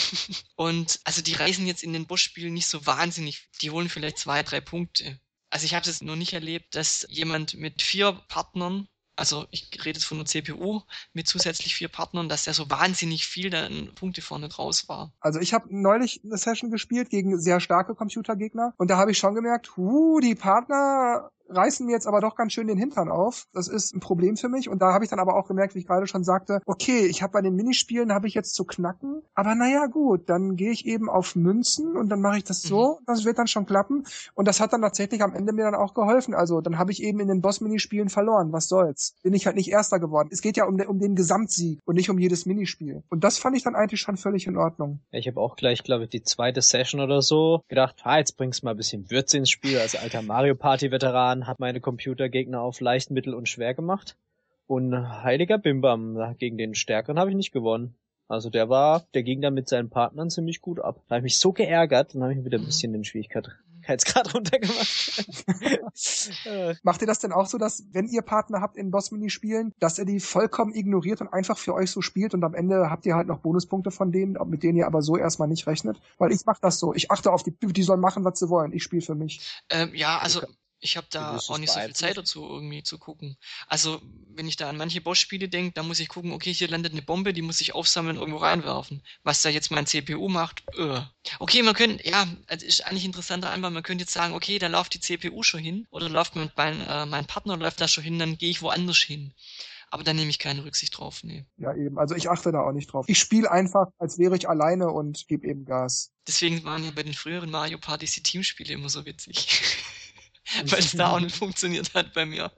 Und also die reisen jetzt in den Bossspielen nicht so wahnsinnig. Die holen vielleicht zwei, drei Punkte. Also ich habe es noch nicht erlebt, dass jemand mit vier Partnern, also ich rede jetzt von der C P U, mit zusätzlich vier Partnern, dass der so wahnsinnig viel dann Punkte vorne draus war. Also ich habe neulich eine Session gespielt gegen sehr starke Computergegner und da habe ich schon gemerkt, huh, die Partner reißen mir jetzt aber doch ganz schön den Hintern auf. Das ist ein Problem für mich. Und da habe ich dann aber auch gemerkt, wie ich gerade schon sagte, okay, ich habe bei den Minispielen habe ich jetzt zu knacken. Aber naja, gut, dann gehe ich eben auf Münzen und dann mache ich das so. Mhm. Das wird dann schon klappen. Und das hat dann tatsächlich am Ende mir dann auch geholfen. Also dann habe ich eben in den Boss-Minispielen verloren. Was soll's? Bin ich halt nicht Erster geworden. Es geht ja um, de, um den Gesamtsieg und nicht um jedes Minispiel. Und das fand ich dann eigentlich schon völlig in Ordnung. Ja, ich habe auch gleich, glaube ich, die zweite Session oder so gedacht, ah, jetzt bringst du mal ein bisschen Würze ins Spiel. Als alter Mario Party-Veteran hat meine Computergegner auf leicht, mittel und schwer gemacht. Und heiliger Bimbam, gegen den Stärkeren habe ich nicht gewonnen. Also der war, der ging da mit seinen Partnern ziemlich gut ab. Da habe ich mich so geärgert, dann habe ich wieder ein bisschen den Schwierigkeitsgrad runtergemacht. Macht ihr das denn auch so, dass, wenn ihr Partner habt in Boss-Mini-Spielen, dass ihr die vollkommen ignoriert und einfach für euch so spielt und am Ende habt ihr halt noch Bonuspunkte von denen, mit denen ihr aber so erstmal nicht rechnet? Weil ich mache das so. Ich achte auf die, die sollen machen, was sie wollen. Ich spiele für mich. Ähm, ja, also Ich habe da Würdest du auch es nicht so viel Zeit beeinflussen? dazu, irgendwie zu gucken. Also, wenn ich da an manche Bossspiele denke, da muss ich gucken, okay, hier landet eine Bombe, die muss ich aufsammeln, irgendwo reinwerfen. Was da jetzt mein C P U macht, äh. Okay, man könnte, ja, es ist eigentlich interessanter einfach, man könnte jetzt sagen, okay, da läuft die C P U schon hin, oder läuft mein, mein, äh, mein Partner läuft da schon hin, dann gehe ich woanders hin. Aber da nehme ich keine Rücksicht drauf, nee. Ja, eben. Also ich achte da auch nicht drauf. Ich spiele einfach, als wäre ich alleine und gebe eben Gas. Deswegen waren ja bei den früheren Mario Partys die Teamspiele immer so witzig. Weil es da auch nicht funktioniert hat bei mir.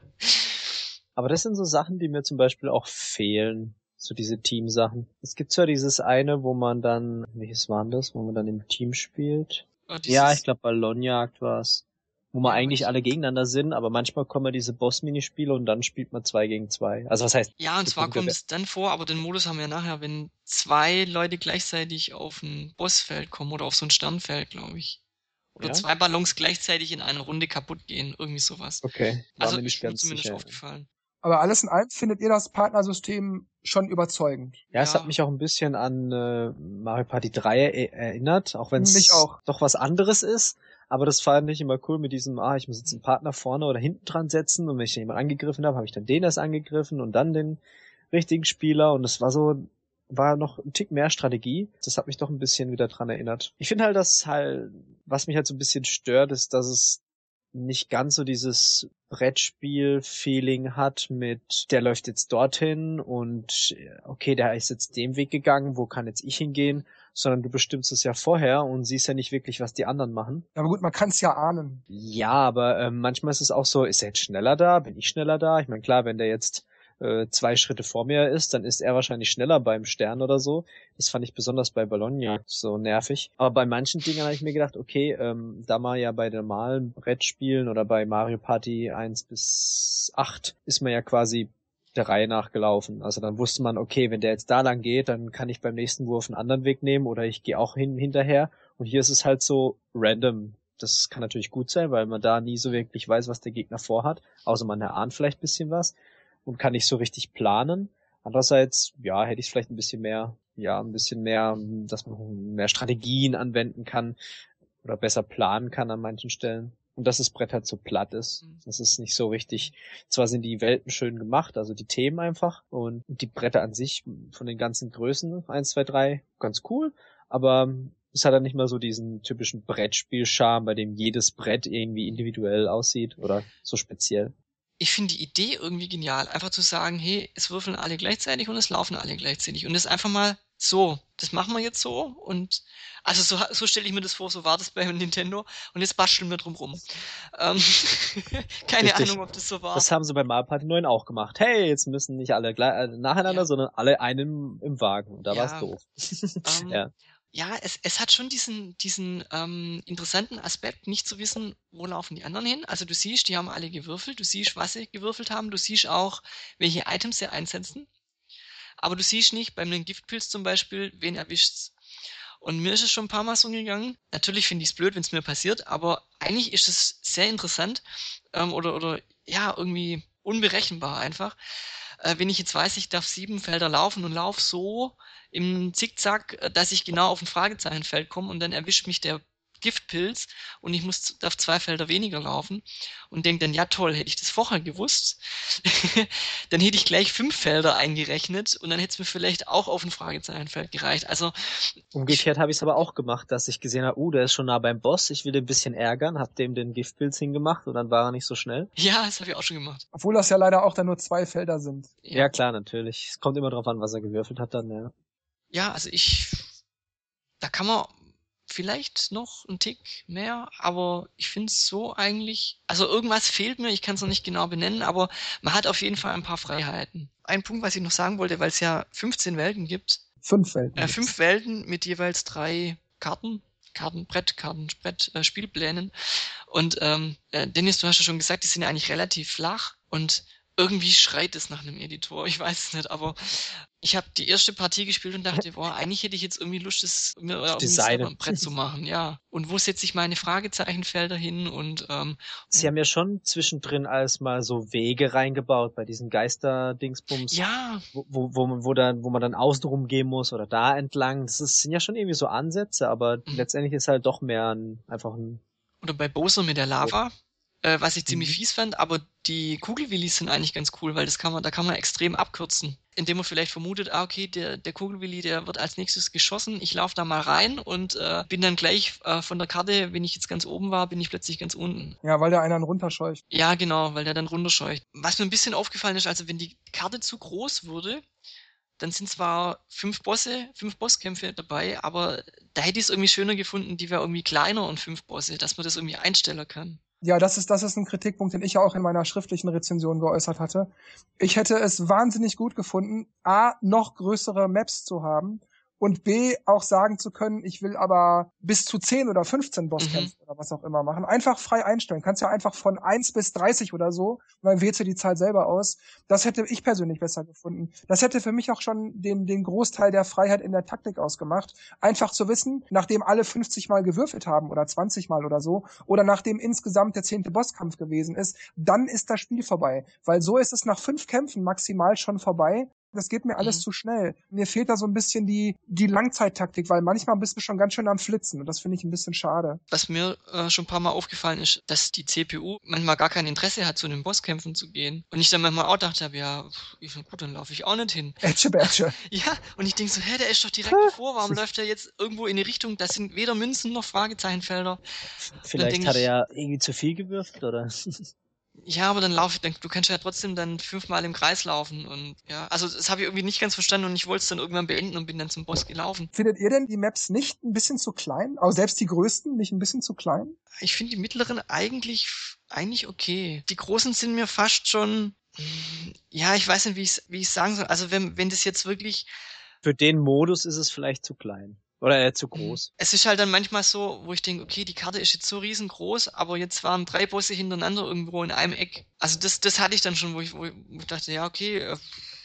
Aber das sind so Sachen, die mir zum Beispiel auch fehlen. So diese Teamsachen. Es gibt zwar dieses eine, wo man dann, welches war denn das, wo man dann im Team spielt? Oh, dieses, Ja, ich glaube Ballonjagd war es. Wo man Ja, eigentlich ich- alle gegeneinander sind, aber manchmal kommen ja diese Boss-Minispiele und dann spielt man zwei gegen zwei. Also was heißt? Ja, und die zwar Punkte kommt we- es dann vor, aber den Modus haben wir nachher, wenn zwei Leute gleichzeitig auf ein Bossfeld kommen oder auf so ein Sternfeld, glaube ich. Oder Ja? zwei Ballons gleichzeitig in einer Runde kaputt gehen, irgendwie sowas. Okay, war Also mir nicht ist mir ganz zumindest sicher. aufgefallen. Aber alles in allem findet ihr das Partnersystem schon überzeugend. Ja, es Ja. hat mich auch ein bisschen an äh, Mario Party drei er erinnert, auch wenn Mich es auch. doch was anderes ist. Aber das fand ich immer cool mit diesem, ah, ich muss jetzt einen Partner vorne oder hinten dran setzen und wenn ich den jemand angegriffen habe, habe ich dann den erst angegriffen und dann den richtigen Spieler und es war so, war noch ein Tick mehr Strategie. Das hat mich doch ein bisschen wieder dran erinnert. Ich finde halt, dass halt, was mich halt so ein bisschen stört, ist, dass es nicht ganz so dieses Brettspiel-Feeling hat mit, der läuft jetzt dorthin und okay, der ist jetzt den Weg gegangen, wo kann jetzt ich hingehen, sondern du bestimmst es ja vorher und siehst ja nicht wirklich, was die anderen machen. Aber gut, man kann es ja ahnen. Ja, aber ähm, manchmal ist es auch so, ist er jetzt schneller da, bin ich schneller da? Ich meine, klar, wenn der jetzt äh, zwei Schritte vor mir ist, dann ist er wahrscheinlich schneller beim Stern oder so. Das fand ich besonders bei Bologna so nervig. Aber bei manchen Dingen habe ich mir gedacht, okay, ähm, da man ja bei normalen Brettspielen oder bei Mario Party eins bis acht ist man ja quasi der Reihe nach gelaufen. Also dann wusste man, okay, wenn der jetzt da lang geht, dann kann ich beim nächsten Wurf einen anderen Weg nehmen oder ich gehe auch hin hinterher. Und hier ist es halt so random. Das kann natürlich gut sein, weil man da nie so wirklich weiß, was der Gegner vorhat. Außer man erahnt vielleicht ein bisschen was und kann nicht so richtig planen. Andererseits, ja, hätte ich vielleicht ein bisschen mehr, ja, ein bisschen mehr, dass man mehr Strategien anwenden kann oder besser planen kann an manchen Stellen. Und dass das Brett halt so platt ist. Das ist nicht so richtig. Zwar sind die Welten schön gemacht, also die Themen einfach und die Bretter an sich von den ganzen Größen, eins, zwei, drei, ganz cool, aber es hat dann nicht mal so diesen typischen Brettspiel-Charme, bei dem jedes Brett irgendwie individuell aussieht oder so speziell. Ich finde die Idee irgendwie genial, einfach zu sagen, hey, es würfeln alle gleichzeitig und es laufen alle gleichzeitig und das einfach mal so, das machen wir jetzt so und also so, so stelle ich mir das vor, so war das bei Nintendo und jetzt basteln wir drum rum. Ähm, keine Richtig. Ahnung, ob das so war. Das haben sie bei Mario Party neun auch gemacht. Hey, jetzt müssen nicht alle gleich, äh, nacheinander, Ja. sondern alle einen im Wagen. Und da Ja. war's doof. Ähm, ja. Ja, es, es hat schon diesen, diesen ähm, interessanten Aspekt, nicht zu wissen, wo laufen die anderen hin. Also du siehst, die haben alle gewürfelt, du siehst, was sie gewürfelt haben, du siehst auch, welche Items sie einsetzen. Aber du siehst nicht, beim Giftpilz zum Beispiel, wen erwischt's. Und mir ist es schon ein paar Mal so gegangen. Natürlich finde ich es blöd, wenn es mir passiert, aber eigentlich ist es sehr interessant ähm, oder, oder ja, irgendwie unberechenbar einfach. Äh, wenn ich jetzt weiß, ich darf sieben Felder laufen und laufe so im Zickzack, äh, dass ich genau auf ein Fragezeichenfeld komme und dann erwischt mich der Giftpilz und ich muss auf zwei Felder weniger laufen und denke dann, ja toll, hätte ich das vorher gewusst, dann hätte ich gleich fünf Felder eingerechnet und dann hätte es mir vielleicht auch auf ein Fragezeichenfeld gereicht. Also Umgekehrt habe ich es aber auch gemacht, dass ich gesehen habe, uh, der ist schon nah beim Boss, ich will den ein bisschen ärgern, hab dem den Giftpilz hingemacht und dann war er nicht so schnell. ja, das habe ich auch schon gemacht. Obwohl das ja leider auch dann nur zwei Felder sind. Ja, ja klar, natürlich. Es kommt immer drauf an, was er gewürfelt hat dann, ja. Ja, also ich, da kann man vielleicht noch einen Tick mehr, aber ich finde es so eigentlich, also irgendwas fehlt mir, ich kann es noch nicht genau benennen, aber man hat auf jeden Fall ein paar Freiheiten. Ein Punkt, was ich noch sagen wollte, weil es ja fünfzehn Welten gibt, Fünf Welten. äh, fünf Welten mit jeweils drei Karten, Kartenbrett, Kartenbrett, äh, Spielplänen und ähm, äh, Dennis, du hast ja schon gesagt, die sind ja eigentlich relativ flach und irgendwie schreit es nach einem Editor, ich weiß es nicht, aber ich habe die erste Partie gespielt und dachte, boah, eigentlich hätte ich jetzt irgendwie Lust, das mir irgendwie selber ein Brett zu machen, ja. Und wo setze ich meine Fragezeichenfelder hin und ähm, Sie haben ja schon zwischendrin als mal so Wege reingebaut bei diesen Geister-Dingsbums, ja, wo, wo, wo, wo, dann, wo man dann außenrum gehen muss oder da entlang. Das ist, sind ja schon irgendwie so Ansätze, aber Mhm. letztendlich ist halt doch mehr ein, einfach ein oder bei Bowser mit der Lava, äh, was ich ziemlich Mhm. fies fand, aber die Kugelwillis sind eigentlich ganz cool, weil das kann man, da kann man extrem abkürzen. Indem man vielleicht vermutet, ah, okay, der, der Kugelwilli, der wird als nächstes geschossen, ich laufe da mal rein und äh, bin dann gleich äh, von der Karte, wenn ich jetzt ganz oben war, bin ich plötzlich ganz unten. Ja, weil der einen runterscheucht. Ja, genau, weil der dann runterscheucht. Was mir ein bisschen aufgefallen ist, also wenn die Karte zu groß wurde, dann sind zwar fünf Bosse, fünf Bosskämpfe dabei, aber da hätte ich es irgendwie schöner gefunden, die wäre irgendwie kleiner und fünf Bosse, dass man das irgendwie einstellen kann. Ja, das ist, das ist ein Kritikpunkt, den ich ja auch in meiner schriftlichen Rezension geäußert hatte. Ich hätte es wahnsinnig gut gefunden, A, noch größere Maps zu haben und B, auch sagen zu können, ich will aber bis zu zehn oder fünfzehn Bosskämpfe Mhm. oder was auch immer machen. Einfach frei einstellen. Kannst ja einfach von eins bis dreißig oder so, und dann wählst du die Zahl selber aus. Das hätte ich persönlich besser gefunden. Das hätte für mich auch schon den, den Großteil der Freiheit in der Taktik ausgemacht. Einfach zu wissen, nachdem alle fünfzig Mal gewürfelt haben oder zwanzig Mal oder so, oder nachdem insgesamt der zehnte Bosskampf gewesen ist, dann ist das Spiel vorbei. Weil so ist es nach fünf Kämpfen maximal schon vorbei. Das geht mir alles Mhm. zu schnell. Mir fehlt da so ein bisschen die, die Langzeittaktik, weil manchmal bist du schon ganz schön am Flitzen und das finde ich ein bisschen schade. Was mir äh, schon ein paar Mal aufgefallen ist, dass die C P U manchmal gar kein Interesse hat, zu den Bosskämpfen zu gehen. Und ich dann manchmal auch dachte, hab, ja, pff, gut, dann laufe ich auch nicht hin. Ätsche, Bätsche. Ja, und ich denke so, hä, der ist doch direkt davor, warum läuft er jetzt irgendwo in die Richtung? Das sind weder Münzen noch Fragezeichenfelder. Vielleicht denk hat er ich- ja irgendwie zu viel gewürfelt, oder? Ja, aber dann lauf ich, dann, du kannst ja trotzdem dann fünfmal im Kreis laufen und ja, also das habe ich irgendwie nicht ganz verstanden und ich wollte es dann irgendwann beenden und bin dann zum Boss gelaufen. Findet ihr denn die Maps nicht ein bisschen zu klein? Auch selbst die größten nicht ein bisschen zu klein? Ich finde die mittleren eigentlich, eigentlich okay. Die großen sind mir fast schon, mm, ja, ich weiß nicht, wie ich wie ich sagen soll. Also wenn, wenn das jetzt wirklich, Für den Modus ist es vielleicht zu klein. Oder äh, zu groß. es ist halt dann manchmal so, wo ich denke, okay, die Karte ist jetzt so riesengroß, aber jetzt waren drei Bosse hintereinander irgendwo in einem Eck. Also das, das hatte ich dann schon, wo ich, wo ich dachte, ja, okay, äh,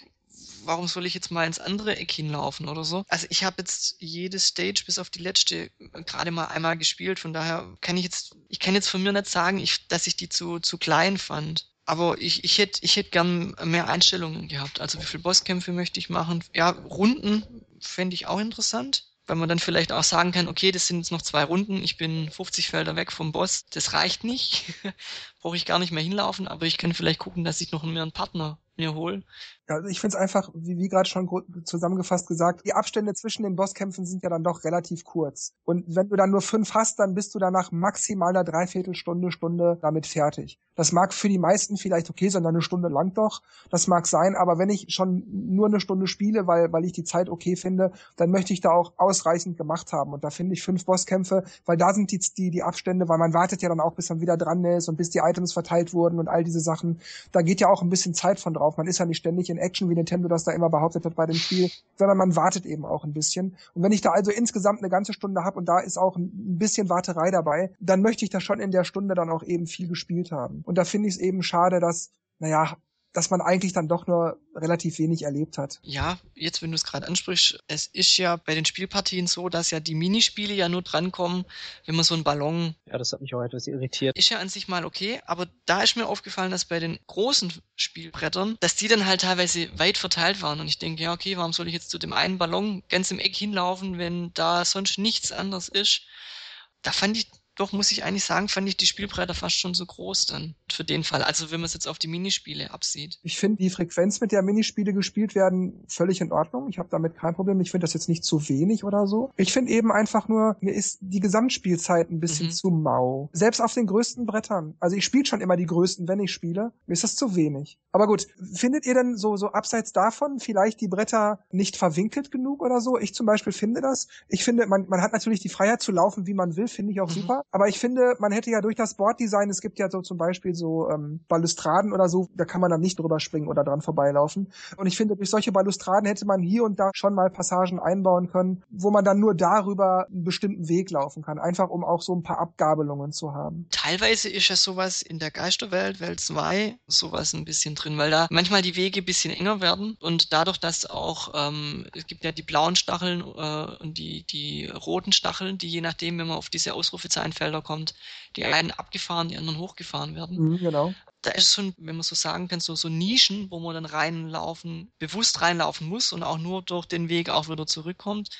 warum soll ich jetzt mal ins andere Eck hinlaufen oder so? Also ich habe jetzt jede Stage bis auf die letzte gerade mal einmal gespielt, von daher kann ich jetzt, ich kann jetzt von mir nicht sagen, ich, dass ich die zu, zu klein fand. Aber ich, ich hätte ich hätt gern mehr Einstellungen gehabt. Also wie viele Bosskämpfe möchte ich machen? Ja, Runden fände ich auch interessant. Weil man dann vielleicht auch sagen kann, okay, das sind jetzt noch zwei Runden, ich bin fünfzig Felder weg vom Boss, das reicht nicht. Brauche ich gar nicht mehr hinlaufen, aber ich kann vielleicht gucken, dass ich noch mehr einen Partner mir hole. Also ich finde es einfach, wie, wie gerade schon gro- zusammengefasst gesagt, die Abstände zwischen den Bosskämpfen sind ja dann doch relativ kurz. Und wenn du dann nur fünf hast, dann bist du danach maximaler Dreiviertelstunde, Stunde damit fertig. Das mag für die meisten vielleicht okay sein, eine Stunde lang doch. Das mag sein, aber wenn ich schon nur eine Stunde spiele, weil, weil ich die Zeit okay finde, dann möchte ich da auch ausreichend gemacht haben. Und da finde ich fünf Bosskämpfe, weil da sind die, die, die Abstände, weil man wartet ja dann auch, bis man wieder dran ist und bis die Items verteilt wurden und all diese Sachen. Da geht ja auch ein bisschen Zeit von drauf. Man ist ja nicht ständig in Action, wie Nintendo das da immer behauptet hat bei dem Spiel, sondern man wartet eben auch ein bisschen. Und wenn ich da also insgesamt eine ganze Stunde habe und da ist auch ein bisschen Warterei dabei, dann möchte ich da schon in der Stunde dann auch eben viel gespielt haben. Und da finde ich es eben schade, dass, naja, dass man eigentlich dann doch nur relativ wenig erlebt hat. Ja, jetzt wenn du es gerade ansprichst, es ist ja bei den Spielpartien so, dass ja die Minispiele ja nur drankommen, wenn man so einen Ballon, Ja, das hat mich auch etwas irritiert. ist ja an sich mal okay, aber da ist mir aufgefallen, dass bei den großen Spielbrettern, dass die dann halt teilweise weit verteilt waren und ich denke, ja okay, warum soll ich jetzt zu dem einen Ballon ganz im Eck hinlaufen, wenn da sonst nichts anderes ist? Da fand ich, doch muss ich eigentlich sagen, fand ich die Spielbretter fast schon so groß dann für den Fall. Also wenn man es jetzt auf die Minispiele absieht. Ich finde die Frequenz, mit der Minispiele gespielt werden, völlig in Ordnung. Ich habe damit kein Problem. Ich finde das jetzt nicht zu wenig oder so. Ich finde eben einfach nur, mir ist die Gesamtspielzeit ein bisschen Mhm. zu mau. Selbst auf den größten Brettern. Also ich spiele schon immer die größten, wenn ich spiele. Mir ist das zu wenig. Aber gut, findet ihr denn so, so abseits davon vielleicht die Bretter nicht verwinkelt genug oder so? Ich zum Beispiel finde das. Ich finde, man, man hat natürlich die Freiheit zu laufen, wie man will, finde ich auch Mhm. super. Aber ich finde, man hätte ja durch das Boarddesign, es gibt ja so zum Beispiel so ähm, Balustraden oder so, da kann man dann nicht drüber springen oder dran vorbeilaufen. Und ich finde, durch solche Balustraden hätte man hier und da schon mal Passagen einbauen können, wo man dann nur darüber einen bestimmten Weg laufen kann. Einfach um auch so ein paar Abgabelungen zu haben. Teilweise ist ja sowas in der Geisterwelt, Welt zwei, sowas ein bisschen drin, weil da manchmal die Wege ein bisschen enger werden und dadurch, dass auch, ähm, es gibt ja die blauen Stacheln äh, und die, die roten Stacheln, die je nachdem, wenn man auf diese Ausrufezeichenfelder kommt, die einen abgefahren, die anderen hochgefahren werden. Mhm, genau. Da ist so ein, wenn man so sagen kann, so, so Nischen, wo man dann reinlaufen, bewusst reinlaufen muss und auch nur durch den Weg auch wieder zurückkommt.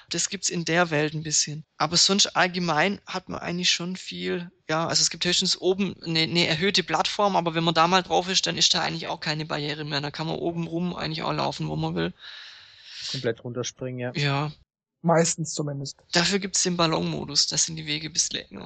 Das gibt's in der Welt ein bisschen. Aber sonst allgemein hat man eigentlich schon viel, ja, also es gibt höchstens oben eine, eine erhöhte Plattform, aber wenn man da mal drauf ist, dann ist da eigentlich auch keine Barriere mehr. Da kann man oben rum eigentlich auch laufen, wo man will. Komplett runterspringen, ja. Ja. Meistens zumindest. Dafür gibt's den Ballonmodus, das sind die Wege ein bisschen länger.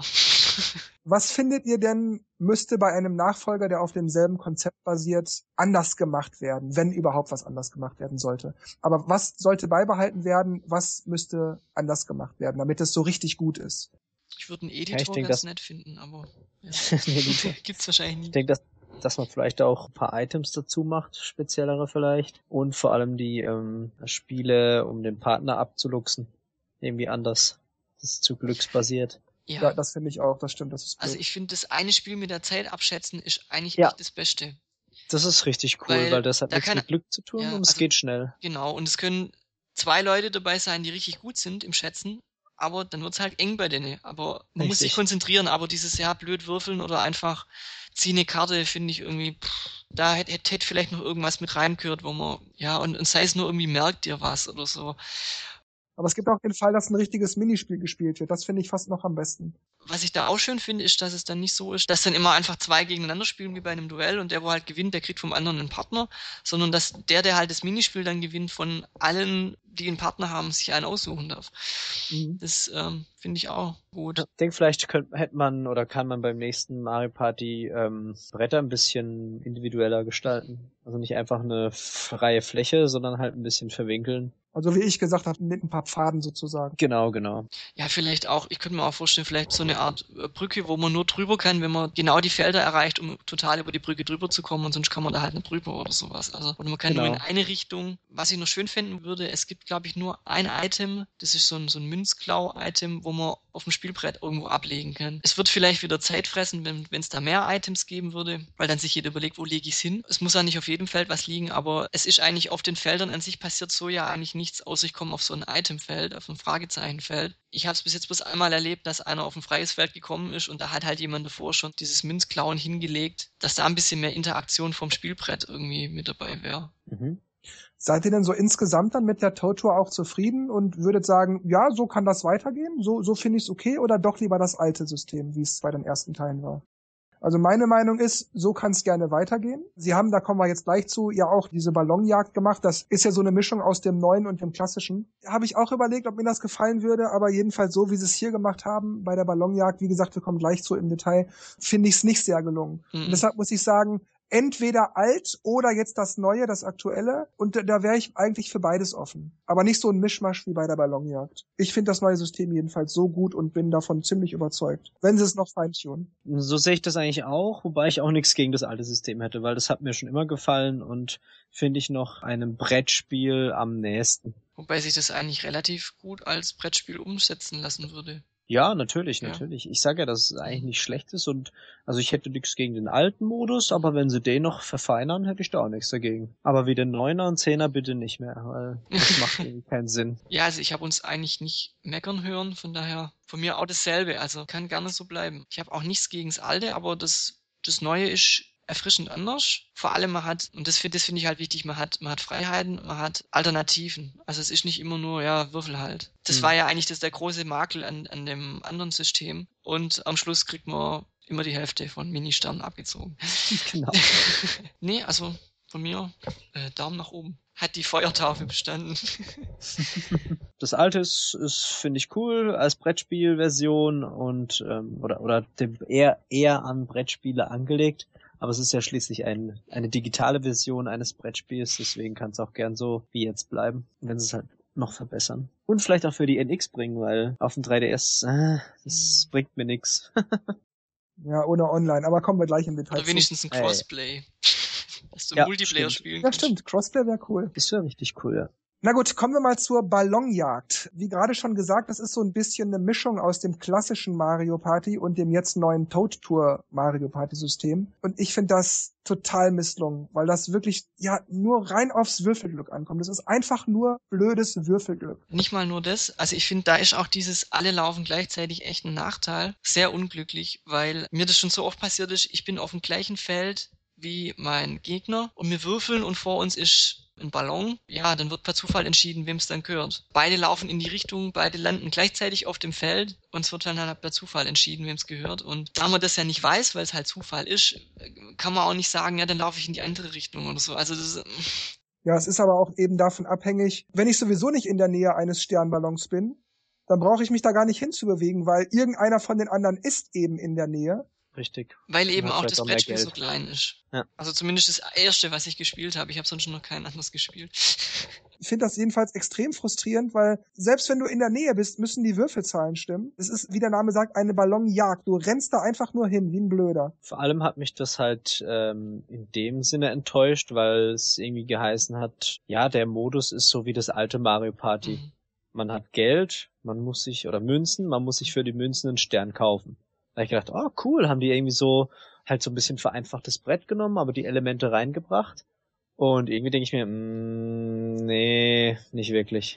Was findet ihr denn, müsste bei einem Nachfolger, der auf demselben Konzept basiert, anders gemacht werden, wenn überhaupt was anders gemacht werden sollte? Aber was sollte beibehalten werden, was müsste anders gemacht werden, damit es so richtig gut ist? Ich würde einen Editor ja, denk, ganz nett finden, aber ja. Gibt's wahrscheinlich nicht. Ich denke, dass, dass man vielleicht auch ein paar Items dazu macht, speziellere vielleicht. Und vor allem die ähm, Spiele, um den Partner abzuluxen, irgendwie anders. Das ist zu glücksbasiert. Ja, ja das finde ich auch, das stimmt. Das ist also ich finde, das eine Spiel mit der Zeit abschätzen ist eigentlich ja. echt das Beste. Das ist richtig cool, weil, weil das hat da nichts kann, mit Glück zu tun ja, und es also, geht schnell. Genau, und es können zwei Leute dabei sein, die richtig gut sind im Schätzen, aber dann wird's halt eng bei denen. Aber man richtig. muss sich konzentrieren, aber dieses ja blöd würfeln oder einfach zieh eine Karte, finde ich irgendwie, pff, da hätte hätt, hätt vielleicht noch irgendwas mit reingehört, wo man, ja, und, und sei es nur irgendwie merkt dir was oder so. Aber es gibt auch den Fall, dass ein richtiges Minispiel gespielt wird. Das finde ich fast noch am besten. Was ich da auch schön finde, ist, dass es dann nicht so ist, dass dann immer einfach zwei gegeneinander spielen wie bei einem Duell und der, wo halt gewinnt, der kriegt vom anderen einen Partner, sondern dass der, der halt das Minispiel dann gewinnt, von allen, die einen Partner haben, sich einen aussuchen darf. Mhm. Das ähm, finde ich auch gut. Ich denke, vielleicht könnte, hätte man oder kann man beim nächsten Mario Party ähm, Bretter ein bisschen individueller gestalten. Also nicht einfach eine freie Fläche, sondern halt ein bisschen verwinkeln. Also wie ich gesagt habe, mit ein paar Pfaden sozusagen. Genau, genau. Ja, vielleicht auch, ich könnte mir auch vorstellen, vielleicht so eine Art Brücke, wo man nur drüber kann, wenn man genau die Felder erreicht, um total über die Brücke drüber zu kommen, und sonst kann man da halt nicht drüber oder sowas. Also, oder man kann genau. nur in eine Richtung. Was ich noch schön finden würde, es gibt, glaube ich, nur ein Item, das ist so ein, so ein Münzklau-Item, wo man auf dem Spielbrett irgendwo ablegen kann. Es wird vielleicht wieder Zeit fressen, wenn es da mehr Items geben würde, weil dann sich jeder überlegt, wo lege ich es hin. Es muss ja nicht auf jedem Feld was liegen, aber es ist eigentlich auf den Feldern an sich passiert so ja eigentlich nichts, außer ich komme auf so ein Itemfeld, auf ein Fragezeichenfeld. Ich habe es bis jetzt bloß einmal erlebt, dass einer auf ein freies Feld gekommen ist und da hat halt jemand davor schon dieses Münzklauen hingelegt, dass da ein bisschen mehr Interaktion vom Spielbrett irgendwie mit dabei wäre. Mhm. Seid ihr denn so insgesamt dann mit der Toad Tour auch zufrieden und würdet sagen, ja, so kann das weitergehen, so, so finde ich es okay, oder doch lieber das alte System, wie es bei den ersten Teilen war? Also meine Meinung ist, so kann es gerne weitergehen. Sie haben, da kommen wir jetzt gleich zu, ja auch diese Ballonjagd gemacht. Das ist ja so eine Mischung aus dem Neuen und dem Klassischen. Habe ich auch überlegt, ob mir das gefallen würde, aber jedenfalls so, wie sie es hier gemacht haben bei der Ballonjagd, wie gesagt, wir kommen gleich zu im Detail, finde ich es nicht sehr gelungen. Mhm. Und deshalb muss ich sagen, entweder alt oder jetzt das Neue, das Aktuelle. Und da wäre ich eigentlich für beides offen. Aber nicht so ein Mischmasch wie bei der Ballonjagd. Ich finde das neue System jedenfalls so gut und bin davon ziemlich überzeugt. Wenn sie es noch feintunen. So sehe ich das eigentlich auch, wobei ich auch nichts gegen das alte System hätte, weil das hat mir schon immer gefallen und finde ich noch einem Brettspiel am nächsten. Wobei sich das eigentlich relativ gut als Brettspiel umsetzen lassen würde. Ja, natürlich, ja. natürlich. Ich sage ja, dass es eigentlich nicht schlecht ist und also ich hätte nichts gegen den alten Modus, aber wenn sie den noch verfeinern, hätte ich da auch nichts dagegen. Aber wie den Neuner und Zehner bitte nicht mehr, weil das macht irgendwie keinen Sinn. Ja, also ich habe uns eigentlich nicht meckern hören, von daher von mir auch dasselbe, also kann gerne so bleiben. Ich habe auch nichts gegen das alte, aber das, das Neue ist erfrischend anders. Vor allem man hat, und das finde das finde ich halt wichtig, man hat man hat Freiheiten, man hat Alternativen. Also es ist nicht immer nur, ja, Würfel halt. Das hm. war ja eigentlich das der große Makel an, an dem anderen System. Und am Schluss kriegt man immer die Hälfte von Ministernen abgezogen. Genau. Nee, also von mir äh, Daumen nach oben. Hat die Feuertafel bestanden. Das alte ist, ist finde ich cool als Brettspielversion und ähm, oder oder dem eher eher an Brettspiele angelegt. Aber es ist ja schließlich ein, eine digitale Version eines Brettspiels, deswegen kann es auch gern so wie jetzt bleiben, wenn sie es halt noch verbessern. Und vielleicht auch für die N X bringen, weil auf dem drei D S, äh, das bringt mir nix. Ja, ohne Online, aber kommen wir gleich im Detail Oder wenigstens zu. ein Crossplay. Hey. Dass du ja, Multiplayer stimmt. spielen ja, kannst. Ja, stimmt. Crossplay wäre cool. Das wäre richtig cool, ja. Na gut, kommen wir mal zur Ballonjagd. Wie gerade schon gesagt, das ist so ein bisschen eine Mischung aus dem klassischen Mario Party und dem jetzt neuen Toad Tour Mario Party System. Und ich finde das total misslungen, weil das wirklich ja nur rein aufs Würfelglück ankommt. Das ist einfach nur blödes Würfelglück. Nicht mal nur das. Also ich finde, da ist auch dieses alle laufen gleichzeitig echt ein Nachteil. Sehr unglücklich, weil mir das schon so oft passiert ist, ich bin auf dem gleichen Feld wie mein Gegner und wir würfeln und vor uns ist einen Ballon, ja, dann wird per Zufall entschieden, wem es dann gehört. Beide laufen in die Richtung, beide landen gleichzeitig auf dem Feld und es wird dann halt per Zufall entschieden, wem es gehört. Und da man das ja nicht weiß, weil es halt Zufall ist, kann man auch nicht sagen, ja, dann laufe ich in die andere Richtung oder so. Also das ist... Ja, es ist aber auch eben davon abhängig, wenn ich sowieso nicht in der Nähe eines Sternballons bin, dann brauche ich mich da gar nicht hinzubewegen, weil irgendeiner von den anderen ist eben in der Nähe. Richtig. Weil eben auch das auch mehr Brettspiel Geld. so klein ist. Ja. Also zumindest das erste, was ich gespielt habe. Ich habe sonst noch kein anderes gespielt. Ich finde das jedenfalls extrem frustrierend, weil selbst wenn du in der Nähe bist, müssen die Würfelzahlen stimmen. Es ist, wie der Name sagt, eine Ballonjagd. Du rennst da einfach nur hin, wie ein Blöder. Vor allem hat mich das halt ähm, in dem Sinne enttäuscht, weil es irgendwie geheißen hat, ja, der Modus ist so wie das alte Mario Party. Mhm. Man hat Geld, man muss sich, oder Münzen, man muss sich für die Münzen einen Stern kaufen. Da hab ich gedacht, oh cool, haben die irgendwie so halt so ein bisschen vereinfachtes Brett genommen, aber die Elemente reingebracht. Und irgendwie denke ich mir, mh, nee, nicht wirklich.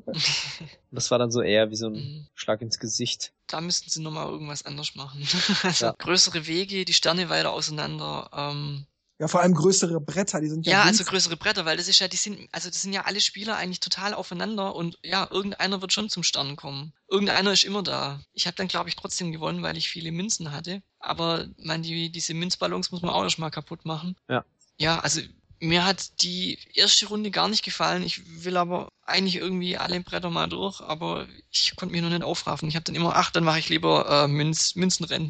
Das war dann so eher wie so ein mhm. Schlag ins Gesicht. Da müssten sie nochmal irgendwas anders machen. Also ja. Größere Wege, die Sterne weiter auseinander, ähm, ja, vor allem größere Bretter, die sind ja Ja, winzig. also größere Bretter, weil das ist ja, die sind, also das sind ja alle Spieler eigentlich total aufeinander und ja, irgendeiner wird schon zum Stern kommen. Irgendeiner ist immer da. Ich habe dann, glaube ich, trotzdem gewonnen, weil ich viele Münzen hatte. Aber man, die, diese Münzballons muss man auch erstmal kaputt machen. Ja. Ja, also mir hat die erste Runde gar nicht gefallen. Ich will aber eigentlich irgendwie alle Bretter mal durch, aber ich konnte mich noch nicht aufraffen. Ich habe dann immer, ach, dann mache ich lieber äh, Münz, Münzenrennen.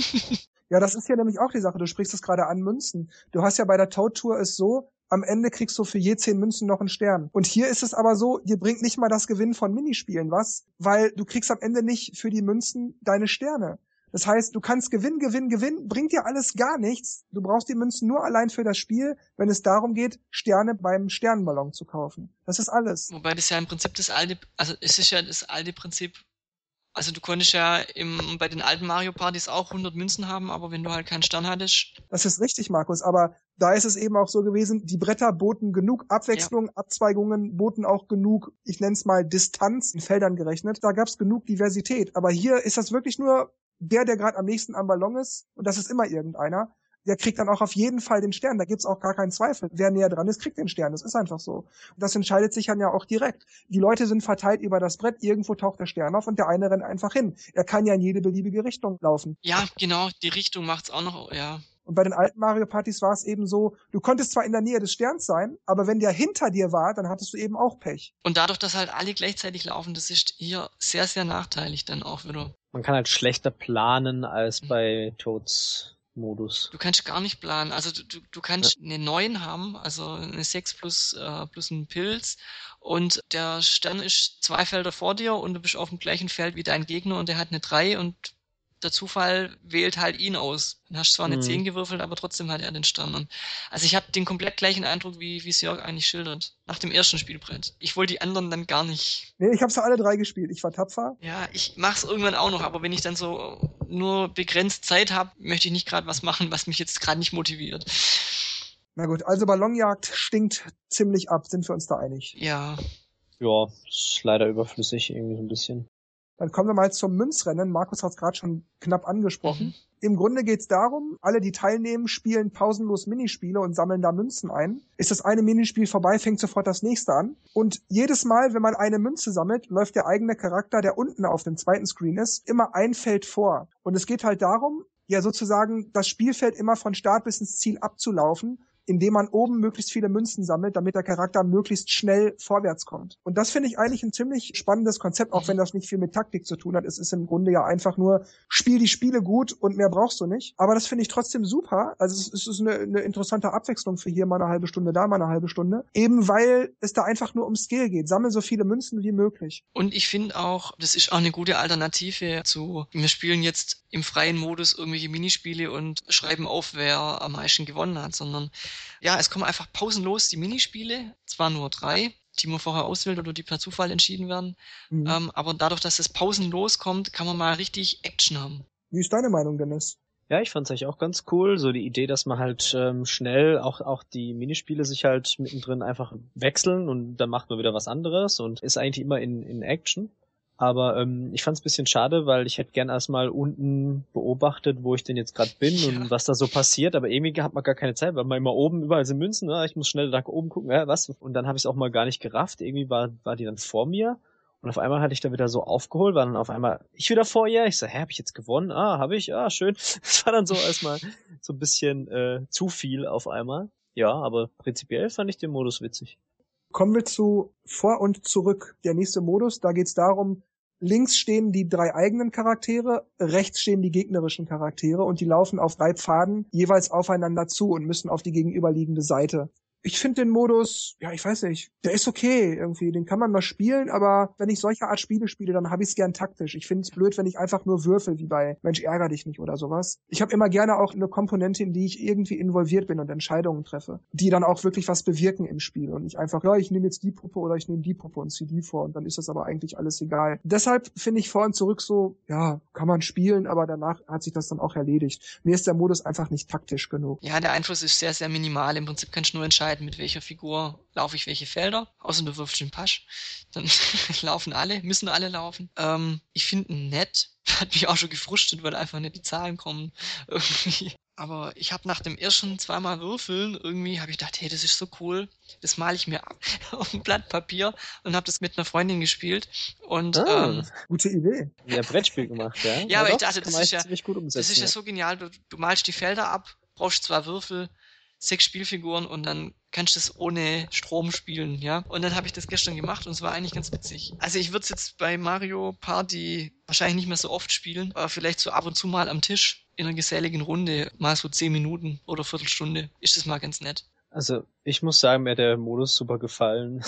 Ja, das ist ja nämlich auch die Sache. Du sprichst es gerade an, Münzen. Du hast ja bei der Toad Tour es so, am Ende kriegst du für je zehn Münzen noch einen Stern. Und hier ist es aber so, dir bringt nicht mal das Gewinnen von Minispielen was, weil du kriegst am Ende nicht für die Münzen deine Sterne. Das heißt, du kannst gewinnen, gewinnen, gewinnen, bringt dir alles gar nichts. Du brauchst die Münzen nur allein für das Spiel, wenn es darum geht, Sterne beim Sternenballon zu kaufen. Das ist alles. Wobei das ja im Prinzip das alte, also es ist ja das alte Prinzip. Also du konntest ja im, bei den alten Mario Partys auch hundert Münzen haben, aber wenn du halt keinen Stern hattest... Das ist richtig, Markus, aber da ist es eben auch so gewesen, die Bretter boten genug Abwechslung, ja. Abzweigungen boten auch genug, ich nenne es mal Distanz in Feldern gerechnet. Da gab es genug Diversität, aber hier ist das wirklich nur der, der gerade am nächsten am Ballon ist und das ist immer irgendeiner. Der kriegt dann auch auf jeden Fall den Stern. Da gibt's auch gar keinen Zweifel. Wer näher dran ist, kriegt den Stern. Das ist einfach so. Und das entscheidet sich dann ja auch direkt. Die Leute sind verteilt über das Brett. Irgendwo taucht der Stern auf und der eine rennt einfach hin. Er kann ja in jede beliebige Richtung laufen. Ja, genau. Die Richtung macht's auch noch, ja. Und bei den alten Mario Partys war es eben so, du konntest zwar in der Nähe des Sterns sein, aber wenn der hinter dir war, dann hattest du eben auch Pech. Und dadurch, dass halt alle gleichzeitig laufen, das ist hier sehr, sehr nachteilig dann auch wieder. Man kann halt schlechter planen als bei Toads Modus. Du kannst gar nicht planen. Also du, du, du kannst ja. eine neun haben, also eine sechs plus, äh, plus einen Pilz und der Stern ist zwei Felder vor dir und du bist auf dem gleichen Feld wie dein Gegner und der hat eine drei und der Zufall wählt halt ihn aus. Dann hast du zwar eine mhm. zehn gewürfelt, aber trotzdem hat er den Stern. Und also ich habe den komplett gleichen Eindruck, wie wie es Jörg eigentlich schildert, nach dem ersten Spielbrett. Ich wollte die anderen dann gar nicht. Nee, ich habe sie alle drei gespielt. Ich war tapfer. Ja, ich mach's irgendwann auch noch, aber wenn ich dann so nur begrenzt Zeit habe, möchte ich nicht gerade was machen, was mich jetzt gerade nicht motiviert. Na gut, also Ballonjagd stinkt ziemlich ab, sind wir uns da einig? Ja. Ja, ist leider überflüssig irgendwie so ein bisschen. Dann kommen wir mal zum Münzrennen. Markus hat es gerade schon knapp angesprochen. Mhm. Im Grunde geht's darum, alle, die teilnehmen, spielen pausenlos Minispiele und sammeln da Münzen ein. Ist das eine Minispiel vorbei, fängt sofort das nächste an. Und jedes Mal, wenn man eine Münze sammelt, läuft der eigene Charakter, der unten auf dem zweiten Screen ist, immer ein Feld vor. Und es geht halt darum, ja sozusagen das Spielfeld immer von Start bis ins Ziel abzulaufen, indem man oben möglichst viele Münzen sammelt, damit der Charakter möglichst schnell vorwärts kommt. Und das finde ich eigentlich ein ziemlich spannendes Konzept, auch wenn das nicht viel mit Taktik zu tun hat. Es ist im Grunde ja einfach nur, spiel die Spiele gut und mehr brauchst du nicht. Aber das finde ich trotzdem super. Also es ist eine, eine interessante Abwechslung für hier mal eine halbe Stunde, da mal eine halbe Stunde. Eben weil es da einfach nur um Skill geht. Sammel so viele Münzen wie möglich. Und ich finde auch, das ist auch eine gute Alternative zu, wir spielen jetzt im freien Modus irgendwelche Minispiele und schreiben auf, wer am meisten gewonnen hat, sondern ja, es kommen einfach pausenlos die Minispiele, zwar nur drei, die man vorher auswählt oder die per Zufall entschieden werden, mhm. ähm, aber dadurch, dass es pausenlos kommt, kann man mal richtig Action haben. Wie ist deine Meinung, Dennis? Ja, ich fand's eigentlich auch ganz cool, so die Idee, dass man halt ähm, schnell auch auch die Minispiele sich halt mittendrin einfach wechseln und dann macht man wieder was anderes und ist eigentlich immer in in Action. Aber ähm, ich fand es ein bisschen schade, weil ich hätte gern erstmal unten beobachtet, wo ich denn jetzt gerade bin Ja. und was da so passiert. Aber irgendwie hat man gar keine Zeit, weil man immer oben, überall sind Münzen. Ne? Ich muss schnell nach oben gucken, ja, was? Und dann habe ich es auch mal gar nicht gerafft. Irgendwie war, war die dann vor mir. Und auf einmal hatte ich da wieder so aufgeholt, war dann auf einmal ich wieder vor ihr. Ich so, hä, hab ich jetzt gewonnen? Ah, habe ich? Ah, schön. Das war dann so erstmal so ein bisschen äh, zu viel auf einmal. Ja, aber prinzipiell fand ich den Modus witzig. Kommen wir zu Vor- und Zurück. Der nächste Modus, da geht's darum, links stehen die drei eigenen Charaktere, rechts stehen die gegnerischen Charaktere und die laufen auf drei Pfaden jeweils aufeinander zu und müssen auf die gegenüberliegende Seite. Ich finde den Modus, ja, ich weiß nicht, der ist okay irgendwie, den kann man mal spielen, aber wenn ich solche Art Spiele spiele, dann habe ich es gern taktisch. Ich finde es blöd, wenn ich einfach nur würfel, wie bei Mensch, ärger dich nicht oder sowas. Ich habe immer gerne auch eine Komponente, in die ich irgendwie involviert bin und Entscheidungen treffe, die dann auch wirklich was bewirken im Spiel und nicht einfach, ja, ich nehme jetzt die Puppe oder ich nehme die Puppe und ziehe die vor und dann ist das aber eigentlich alles egal. Deshalb finde ich Vor und Zurück so, ja, kann man spielen, aber danach hat sich das dann auch erledigt. Mir ist der Modus einfach nicht taktisch genug. Ja, der Einfluss ist sehr, sehr minimal. Im Prinzip kannst du nur entscheiden, mit welcher Figur laufe ich welche Felder. Außer du wirfst den Pasch. Dann laufen alle, müssen alle laufen. Ähm, ich finde ihn nett. Hat mich auch schon gefrustet, weil einfach nicht die Zahlen kommen. Irgendwie. Aber ich habe nach dem ersten zweimal Würfeln irgendwie, habe ich gedacht, hey, das ist so cool. Das male ich mir ab auf ein Blatt Papier und habe das mit einer Freundin gespielt. Und Ah, ähm, Gute Idee. ja, Brettspiel gemacht, ja. ja, aber doch, ich dachte, kann das man ist ja, ziemlich gut umsetzen. das ist ja ja. so genial. Du, du malst die Felder ab, brauchst zwei Würfel, sechs Spielfiguren und dann kannst du das ohne Strom spielen, ja. Und dann habe ich das gestern gemacht und es war eigentlich ganz witzig. Also ich würde es jetzt bei Mario Party wahrscheinlich nicht mehr so oft spielen, aber vielleicht so ab und zu mal am Tisch in einer geselligen Runde, mal so zehn Minuten oder Viertelstunde, ist das mal ganz nett. Also ich muss sagen, mir hat der Modus super gefallen.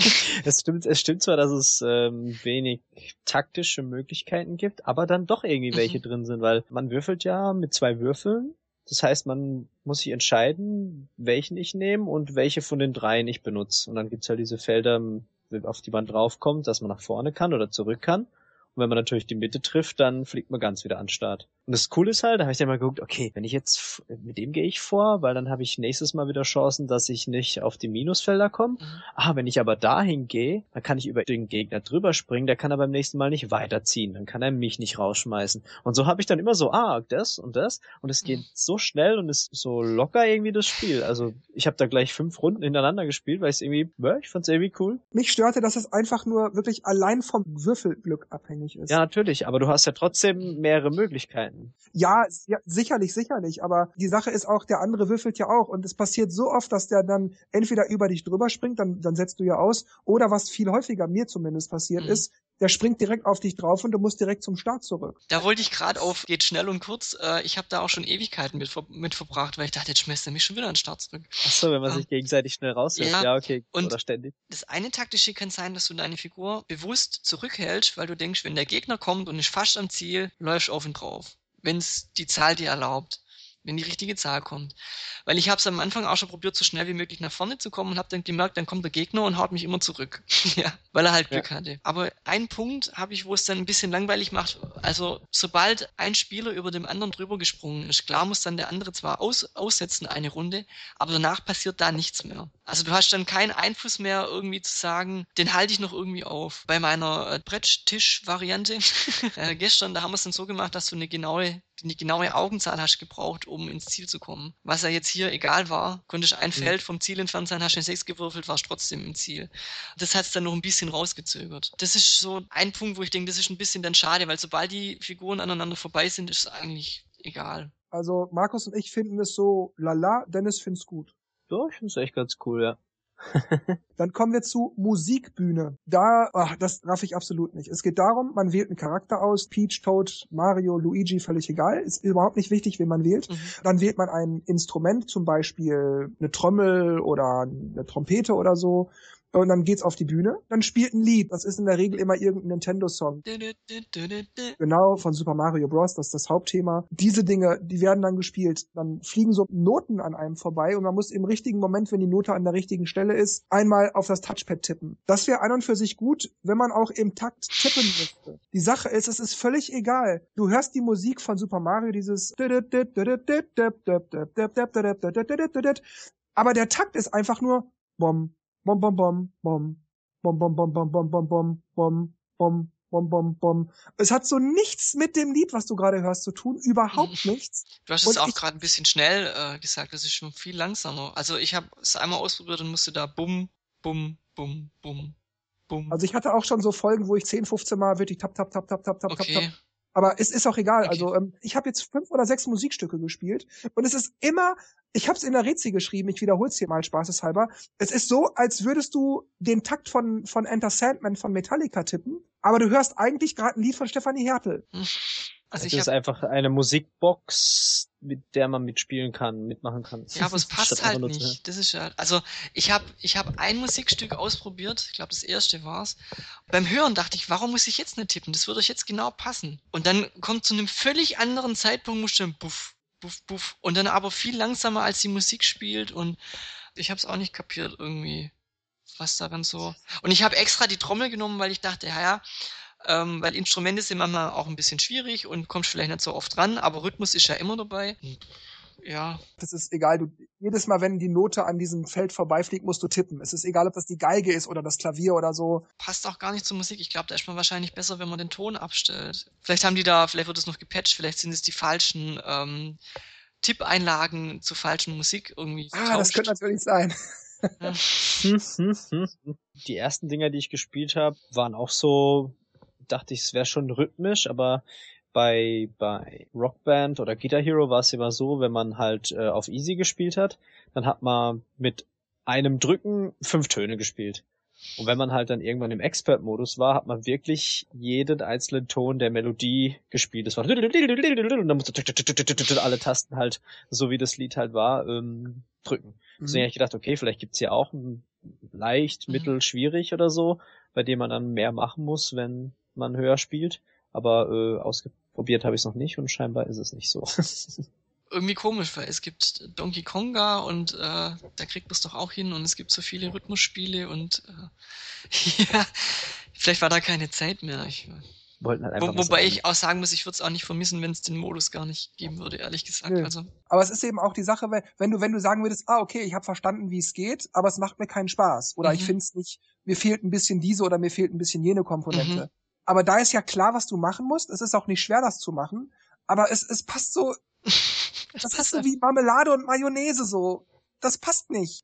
es stimmt, es stimmt zwar, dass es ähm, wenig taktische Möglichkeiten gibt, aber dann doch irgendwie welche Mhm. drin sind, weil man würfelt ja mit zwei Würfeln. Das heißt, man muss sich entscheiden, welchen ich nehme und welche von den dreien ich benutze. Und dann gibt's halt diese Felder, auf die man draufkommt, dass man nach vorne kann oder zurück kann. Und wenn man natürlich die Mitte trifft, dann fliegt man ganz wieder an den Start. Und das Coole ist halt, da habe ich dann mal geguckt, okay, wenn ich jetzt, mit dem gehe ich vor, weil dann habe ich nächstes Mal wieder Chancen, dass ich nicht auf die Minusfelder komme. Mhm. Ah, wenn ich aber dahin gehe, dann kann ich über den Gegner drüber springen, der kann aber beim nächsten Mal nicht weiterziehen, dann kann er mich nicht rausschmeißen. Und so habe ich dann immer so, ah, das und das. Und es geht Mhm. so schnell und ist so locker irgendwie das Spiel. Also ich habe da gleich fünf Runden hintereinander gespielt, weil ich es irgendwie, ja, ich fand's irgendwie cool. Mich störte, dass es einfach nur wirklich allein vom Würfelglück abhängig ist. Ja, natürlich, aber du hast ja trotzdem mehrere Möglichkeiten. Ja, ja, sicherlich, sicherlich, aber die Sache ist auch, der andere würfelt ja auch und es passiert so oft, dass der dann entweder über dich drüber springt, dann, dann setzt du ja aus, oder was viel häufiger mir zumindest passiert Mhm. ist, der springt direkt auf dich drauf und du musst direkt zum Start zurück. Da wollte ich gerade auf, geht schnell und kurz, äh, ich habe da auch schon Ewigkeiten mit, ver- mit verbracht, weil ich dachte, jetzt schmeißt er mich schon wieder an den Start zurück. Ach so, wenn man Ähm, sich gegenseitig schnell rauslässt. ja, Ja, okay. und- Oder ständig. Das eine taktische kann sein, dass du deine Figur bewusst zurückhältst, weil du denkst, wenn der Gegner kommt und ist fast am Ziel, läufst auf ihn drauf. Wenn es die Zahl dir erlaubt. Wenn die richtige Zahl kommt. Weil ich habe es am Anfang auch schon probiert, so schnell wie möglich nach vorne zu kommen und habe dann gemerkt, dann kommt der Gegner und haut mich immer zurück. Ja, weil er halt Glück Ja. hatte. Aber einen Punkt habe ich, wo es dann ein bisschen langweilig macht. Also sobald ein Spieler über dem anderen drüber gesprungen ist, klar muss dann der andere zwar aus, aussetzen eine Runde, aber danach passiert da nichts mehr. Also du hast dann keinen Einfluss mehr irgendwie zu sagen, den halte ich noch irgendwie auf. Bei meiner äh, Bretttisch-Variante äh, gestern, da haben wir es dann so gemacht, dass du eine genaue die genaue Augenzahl hast gebraucht, um ins Ziel zu kommen. Was ja jetzt hier egal war, konntest ein Mhm. Feld vom Ziel entfernt sein, hast eine sechs gewürfelt, warst trotzdem im Ziel. Das hat es dann noch ein bisschen rausgezögert. Das ist so ein Punkt, wo ich denke, das ist ein bisschen dann schade, weil sobald die Figuren aneinander vorbei sind, ist es eigentlich egal. Also Markus und ich finden es so lala, Dennis find's gut. Ja, ich find's echt ganz cool, ja. Dann kommen wir zu Musikbühne. Da, ach, das raff ich absolut nicht. Es geht darum, man wählt einen Charakter aus, Peach, Toad, Mario, Luigi, völlig egal. Ist überhaupt nicht wichtig, wen man wählt. Mhm. Dann wählt man ein Instrument, zum Beispiel eine Trommel oder eine Trompete oder so. Und dann geht's auf die Bühne. Dann spielt ein Lied. Das ist in der Regel immer irgendein Nintendo-Song. Genau, von Super Mario Bros. Das ist das Hauptthema. Diese Dinge, die werden dann gespielt. Dann fliegen so Noten an einem vorbei und man muss im richtigen Moment, wenn die Note an der richtigen Stelle ist, einmal auf das Touchpad tippen. Das wäre an und für sich gut, wenn man auch im Takt tippen müsste. Die Sache ist, es ist völlig egal. Du hörst die Musik von Super Mario, dieses aber der Takt ist einfach nur bom, bom, bom, bom, bom, bom, bom, bom, bom, bom, bom, bom, bom, bom, bom, bom, bom. Es hat so nichts mit dem Lied, was du gerade hörst, zu tun. Überhaupt nichts. Du hast es auch gerade ein bisschen schnell äh, gesagt. Das ist schon viel langsamer. Also ich habe es einmal ausprobiert und musste da bum, bum, bum, bum, bum. Also ich hatte auch schon so Folgen, wo ich zehn, fünfzehn Mal wirklich tap, tap, tap, tap, tap, tap, okay. tap, tap. Aber es ist auch egal. Okay. Also ähm, ich habe jetzt fünf oder sechs Musikstücke gespielt und es ist immer, ich habe es in der Rezi geschrieben, ich wiederhole es hier mal spaßeshalber. Es ist so, als würdest du den Takt von von Enter Sandman von Metallica tippen, aber du hörst eigentlich gerade ein Lied von Stefanie Hertel. Also es ist einfach eine Musikbox, mit der man mitspielen kann, mitmachen kann. Ja, aber es passt halt nicht. Das ist ja, also ich habe ich habe ein Musikstück ausprobiert, ich glaube das erste war's. Beim Hören dachte ich, warum muss ich jetzt nicht tippen? Das würde euch jetzt genau passen. Und dann kommt zu einem völlig anderen Zeitpunkt, musst du dann buff, buff, buff. Und dann aber viel langsamer, als die Musik spielt. Und ich habe es auch nicht kapiert irgendwie, was daran so... Und ich habe extra die Trommel genommen, weil ich dachte, ja, ja, ähm, weil Instrumente sind manchmal auch ein bisschen schwierig und kommst vielleicht nicht so oft ran, aber Rhythmus ist ja immer dabei. Ja. Das ist egal, du, jedes Mal, wenn die Note an diesem Feld vorbeifliegt, musst du tippen. Es ist egal, ob das die Geige ist oder das Klavier oder so. Passt auch gar nicht zur Musik. Ich glaube, da ist man wahrscheinlich besser, wenn man den Ton abstellt. Vielleicht haben die da, vielleicht wird es noch gepatcht, vielleicht sind es die falschen ähm, Tippeinlagen zur falschen Musik irgendwie Ah, getauscht. das könnte natürlich sein. Ja. Die ersten Dinger, die ich gespielt habe, waren auch so, dachte ich, es wäre schon rhythmisch, aber bei bei Rockband oder Guitar Hero war es immer so, wenn man halt äh, auf Easy gespielt hat, dann hat man mit einem Drücken fünf Töne gespielt. Und wenn man halt dann irgendwann im Expert-Modus war, hat man wirklich jeden einzelnen Ton der Melodie gespielt. Das war und dann musst du alle Tasten halt, so wie das Lied halt war, ähm, drücken. Mhm. Deswegen habe ich gedacht, okay, vielleicht gibt's hier auch ein leicht, mittel, schwierig oder so, bei dem man dann mehr machen muss, wenn man höher spielt. Aber äh, ausprobiert habe ich es noch nicht und scheinbar ist es nicht so. Irgendwie komisch, weil es gibt Donkey Konga und äh, da kriegt man es doch auch hin und es gibt so viele Rhythmusspiele und äh, ja, vielleicht war da keine Zeit mehr. Ich, Wollten halt einfach wo, wobei ich auch sagen muss, ich würde es auch nicht vermissen, wenn es den Modus gar nicht geben würde, ehrlich gesagt. Nö. Also. Aber es ist eben auch die Sache, wenn, wenn du wenn du sagen würdest, ah okay, ich habe verstanden, wie es geht, aber es macht mir keinen Spaß oder mhm. ich finde es nicht, mir fehlt ein bisschen diese oder mir fehlt ein bisschen jene Komponente. Mhm. Aber da ist ja klar, was du machen musst. Es ist auch nicht schwer, das zu machen. Aber es, es passt so, das, das ist so wie Marmelade und Mayonnaise so. Das passt nicht.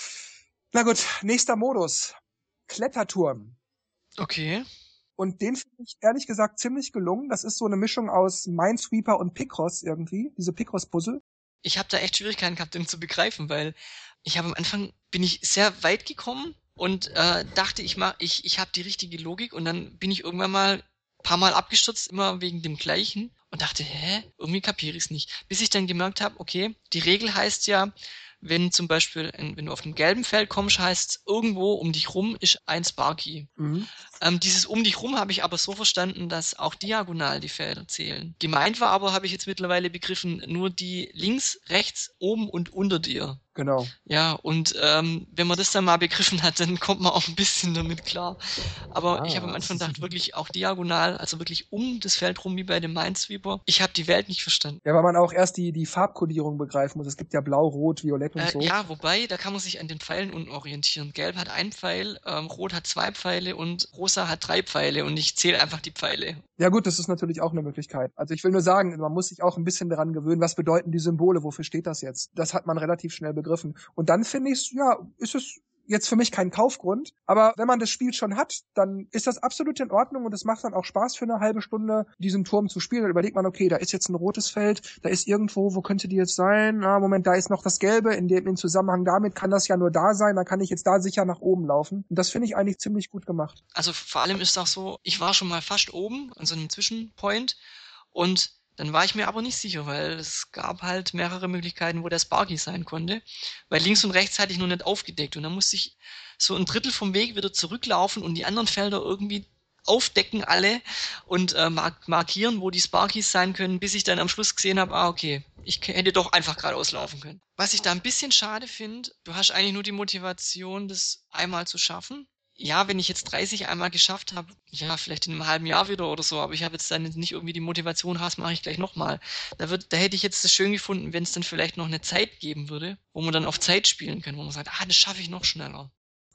Na gut, nächster Modus. Kletterturm. Okay. Und den finde ich ehrlich gesagt ziemlich gelungen. Das ist so eine Mischung aus Minesweeper und Picross irgendwie. Diese Picross-Puzzle. Ich habe da echt Schwierigkeiten gehabt, den zu begreifen, weil ich habe am Anfang, bin ich sehr weit gekommen. Und äh, dachte, ich mach, ich, ich habe die richtige Logik und dann bin ich irgendwann mal ein paar Mal abgestürzt, immer wegen dem Gleichen und dachte, hä, irgendwie kapiere ich es nicht. Bis ich dann gemerkt habe, okay, die Regel heißt ja, wenn zum Beispiel, wenn du auf dem gelben Feld kommst, heißt irgendwo um dich rum ist ein Sparky. Mhm. Ähm, dieses um dich rum habe ich aber so verstanden, dass auch diagonal die Felder zählen. Gemeint war aber, habe ich jetzt mittlerweile begriffen, nur die links, rechts, oben und unter dir. Genau. Ja, und ähm, wenn man das dann mal begriffen hat, dann kommt man auch ein bisschen damit klar. Aber ah. ich habe am Anfang gedacht, wirklich auch diagonal, also wirklich um das Feld rum wie bei dem Minesweeper. Ich habe die Welt nicht verstanden. Ja, weil man auch erst die die Farbkodierung begreifen muss. Es gibt ja blau, rot, violett und äh, so. Ja, wobei, da kann man sich an den Pfeilen unten orientieren. Gelb hat einen Pfeil, ähm, rot hat zwei Pfeile und rosa hat drei Pfeile und ich zähle einfach die Pfeile. Ja gut, das ist natürlich auch eine Möglichkeit. Also ich will nur sagen, man muss sich auch ein bisschen daran gewöhnen, was bedeuten die Symbole, wofür steht das jetzt? Das hat man relativ schnell begriffen. Und dann finde ich, ja, ist es jetzt für mich kein Kaufgrund, aber wenn man das Spiel schon hat, dann ist das absolut in Ordnung und es macht dann auch Spaß für eine halbe Stunde, diesen Turm zu spielen. Dann überlegt man, okay, da ist jetzt ein rotes Feld, da ist irgendwo, wo könnte die jetzt sein? Ah, Moment, da ist noch das Gelbe, in dem im Zusammenhang damit kann das ja nur da sein, dann kann ich jetzt da sicher nach oben laufen. Und das finde ich eigentlich ziemlich gut gemacht. Also vor allem ist auch so, ich war schon mal fast oben, an so einem Zwischenpoint und dann war ich mir aber nicht sicher, weil es gab halt mehrere Möglichkeiten, wo der Sparky sein konnte. Weil links und rechts hatte ich noch nicht aufgedeckt. Und dann musste ich so ein Drittel vom Weg wieder zurücklaufen und die anderen Felder irgendwie aufdecken alle und äh, mark- markieren, wo die Sparkies sein können, bis ich dann am Schluss gesehen habe, ah okay, ich hätte doch einfach geradeaus laufen können. Was ich da ein bisschen schade finde, du hast eigentlich nur die Motivation, das einmal zu schaffen. Ja, wenn ich jetzt dreißig einmal geschafft habe, ja, vielleicht in einem halben Jahr wieder oder so, aber ich habe jetzt dann nicht irgendwie die Motivation, das mache ich gleich nochmal. Da wird, da hätte ich jetzt das schön gefunden, wenn es dann vielleicht noch eine Zeit geben würde, wo man dann auf Zeit spielen kann, wo man sagt, ah, das schaffe ich noch schneller.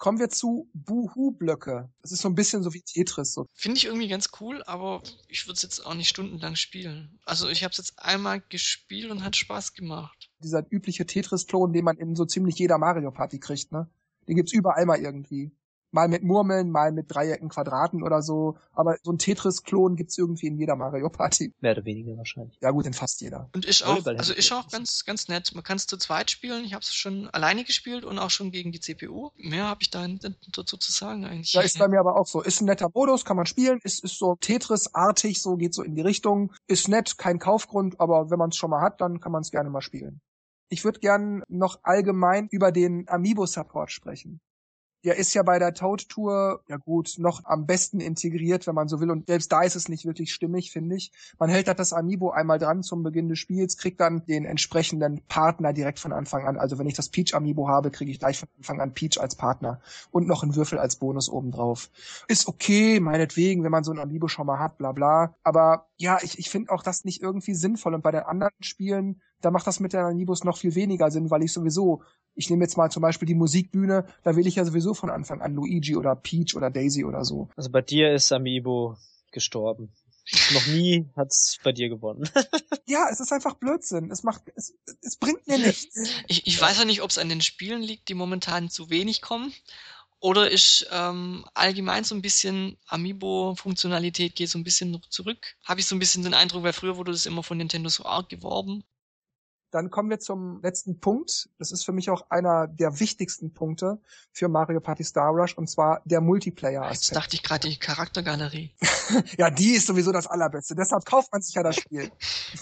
Kommen wir zu Buhu-Blöcke. Das ist so ein bisschen so wie Tetris. So. Finde ich irgendwie ganz cool, aber ich würde es jetzt auch nicht stundenlang spielen. Also ich habe es jetzt einmal gespielt und hat Spaß gemacht. Dieser übliche Tetris-Klon, den man in so ziemlich jeder Mario-Party kriegt, ne? Den gibt's überall mal irgendwie. Mal mit Murmeln, mal mit Dreiecken, Quadraten oder so. Aber so ein Tetris-Klon gibt's irgendwie in jeder Mario-Party. Mehr oder weniger wahrscheinlich. Ja gut, in fast jeder. Und ist auch, also ist auch ganz, ganz nett. Man kann es zu zweit spielen. Ich habe es schon alleine gespielt und auch schon gegen die C P U. Mehr habe ich da nicht dazu zu sagen eigentlich. Ja, ist bei mir aber auch so. Ist ein netter Modus, kann man spielen. Ist, ist so Tetris-artig, so geht so in die Richtung. Ist nett, kein Kaufgrund, aber wenn man es schon mal hat, dann kann man es gerne mal spielen. Ich würde gern noch allgemein über den Amiibo-Support sprechen. Der ist ja bei der Toad Tour, ja gut, noch am besten integriert, wenn man so will. Und selbst da ist es nicht wirklich stimmig, finde ich. Man hält halt das Amiibo einmal dran zum Beginn des Spiels, kriegt dann den entsprechenden Partner direkt von Anfang an. Also wenn ich das Peach Amiibo habe, kriege ich gleich von Anfang an Peach als Partner. Und noch einen Würfel als Bonus obendrauf. Ist okay, meinetwegen, wenn man so ein Amiibo schon mal hat, bla bla. Aber ja, ich, ich finde auch das nicht irgendwie sinnvoll. Und bei den anderen Spielen, da macht das mit den Amiibos noch viel weniger Sinn, weil ich sowieso, ich nehme jetzt mal zum Beispiel die Musikbühne, da will ich ja sowieso von Anfang an Luigi oder Peach oder Daisy oder so. Also bei dir ist Amiibo gestorben. Noch nie hat's bei dir gewonnen. Ja, es ist einfach Blödsinn. Es macht, es, es bringt mir nichts. Ich, ich weiß ja nicht, ob es an den Spielen liegt, die momentan zu wenig kommen. Oder ist ähm, allgemein so ein bisschen Amiibo-Funktionalität geht so ein bisschen noch zurück. Habe ich so ein bisschen den Eindruck, weil früher wurde das immer von Nintendo so arg geworben. Dann kommen wir zum letzten Punkt. Das ist für mich auch einer der wichtigsten Punkte für Mario Party Star Rush, und zwar der Multiplayer-Aspekt. Jetzt dachte ich gerade die Charaktergalerie. Ja, die ist sowieso das Allerbeste. Deshalb kauft man sich ja das Spiel.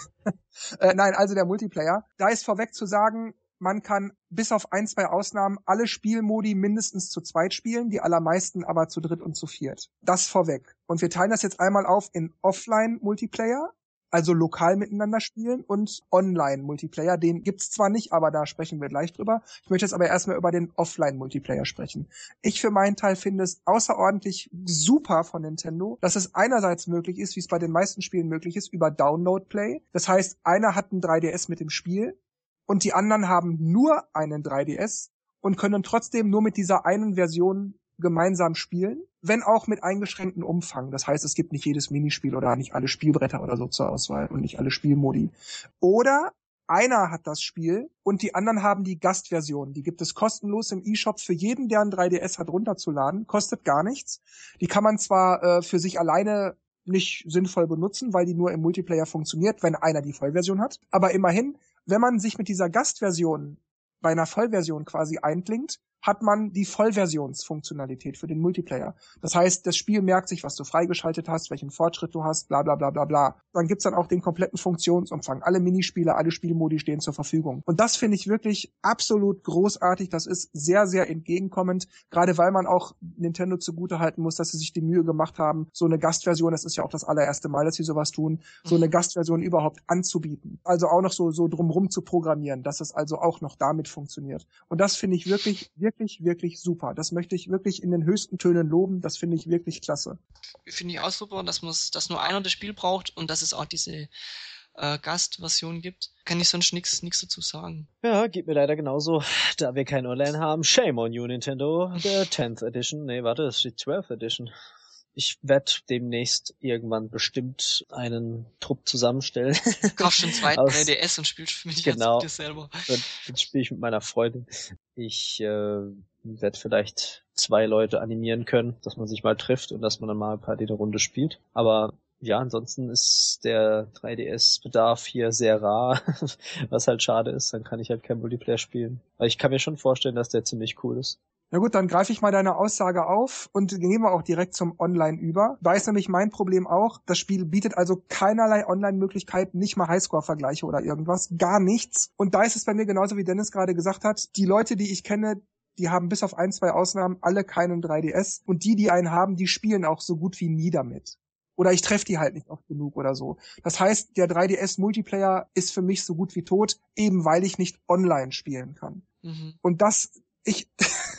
äh, nein, also der Multiplayer. Da ist vorweg zu sagen, man kann bis auf ein, zwei Ausnahmen alle Spielmodi mindestens zu zweit spielen, die allermeisten aber zu dritt und zu viert. Das vorweg. Und wir teilen das jetzt einmal auf in Offline-Multiplayer, also lokal miteinander spielen, und Online-Multiplayer. Den gibt's zwar nicht, aber da sprechen wir gleich drüber. Ich möchte jetzt aber erstmal über den Offline-Multiplayer sprechen. Ich für meinen Teil finde es außerordentlich super von Nintendo, dass es einerseits möglich ist, wie es bei den meisten Spielen möglich ist, über Download-Play. Das heißt, einer hat ein drei D S mit dem Spiel und die anderen haben nur einen drei D S und können trotzdem nur mit dieser einen Version gemeinsam spielen, wenn auch mit eingeschränktem Umfang. Das heißt, es gibt nicht jedes Minispiel oder nicht alle Spielbretter oder so zur Auswahl und nicht alle Spielmodi. Oder einer hat das Spiel und die anderen haben die Gastversion. Die gibt es kostenlos im eShop für jeden, der ein drei D S hat, runterzuladen. Kostet gar nichts. Die kann man zwar äh, für sich alleine nicht sinnvoll benutzen, weil die nur im Multiplayer funktioniert, wenn einer die Vollversion hat. Aber immerhin, wenn man sich mit dieser Gastversion bei einer Vollversion quasi einklingt, hat man die Vollversionsfunktionalität für den Multiplayer. Das heißt, das Spiel merkt sich, was du freigeschaltet hast, welchen Fortschritt du hast, bla bla bla bla bla. Dann gibt's dann auch den kompletten Funktionsumfang. Alle Minispiele, alle Spielmodi stehen zur Verfügung. Und das finde ich wirklich absolut großartig. Das ist sehr, sehr entgegenkommend, gerade weil man auch Nintendo zugutehalten muss, dass sie sich die Mühe gemacht haben, so eine Gastversion, das ist ja auch das allererste Mal, dass sie sowas tun, so eine Gastversion überhaupt anzubieten. Also auch noch so, so drumrum zu programmieren, dass es also auch noch damit funktioniert. Und das finde ich wirklich, wirklich, wirklich super. Das möchte ich wirklich in den höchsten Tönen loben. Das finde ich wirklich klasse. Finde ich auch super, dass man dass nur einer das Spiel braucht und dass es auch diese äh, Gastversion gibt. Kann ich sonst nichts nichts dazu sagen. Ja, geht mir leider genauso. Da wir kein Online haben, shame on you, Nintendo. Der tenth Edition, nee, warte, das ist die twelfth Edition. Ich werde demnächst irgendwann bestimmt einen Trupp zusammenstellen. Du kaufst schon zwei drei D S und spielst für mich genau, jetzt selber. Jetzt spiele ich mit meiner Freundin. Ich äh, werde vielleicht zwei Leute animieren können, dass man sich mal trifft und dass man dann mal ein paar eine Runde spielt. Aber ja, ansonsten ist der drei D S-Bedarf hier sehr rar, was halt schade ist. Dann kann ich halt kein Multiplayer spielen. Aber ich kann mir schon vorstellen, dass der ziemlich cool ist. Na gut, dann greife ich mal deine Aussage auf und gehen wir auch direkt zum Online über. Da ist nämlich mein Problem auch, das Spiel bietet also keinerlei Online-Möglichkeiten, nicht mal Highscore-Vergleiche oder irgendwas, gar nichts. Und da ist es bei mir genauso, wie Dennis gerade gesagt hat, die Leute, die ich kenne, die haben bis auf ein, zwei Ausnahmen alle keinen drei D S und die, die einen haben, die spielen auch so gut wie nie damit. Oder ich treffe die halt nicht oft genug oder so. Das heißt, der drei D S-Multiplayer ist für mich so gut wie tot, eben weil ich nicht online spielen kann. Mhm. Und das, ich...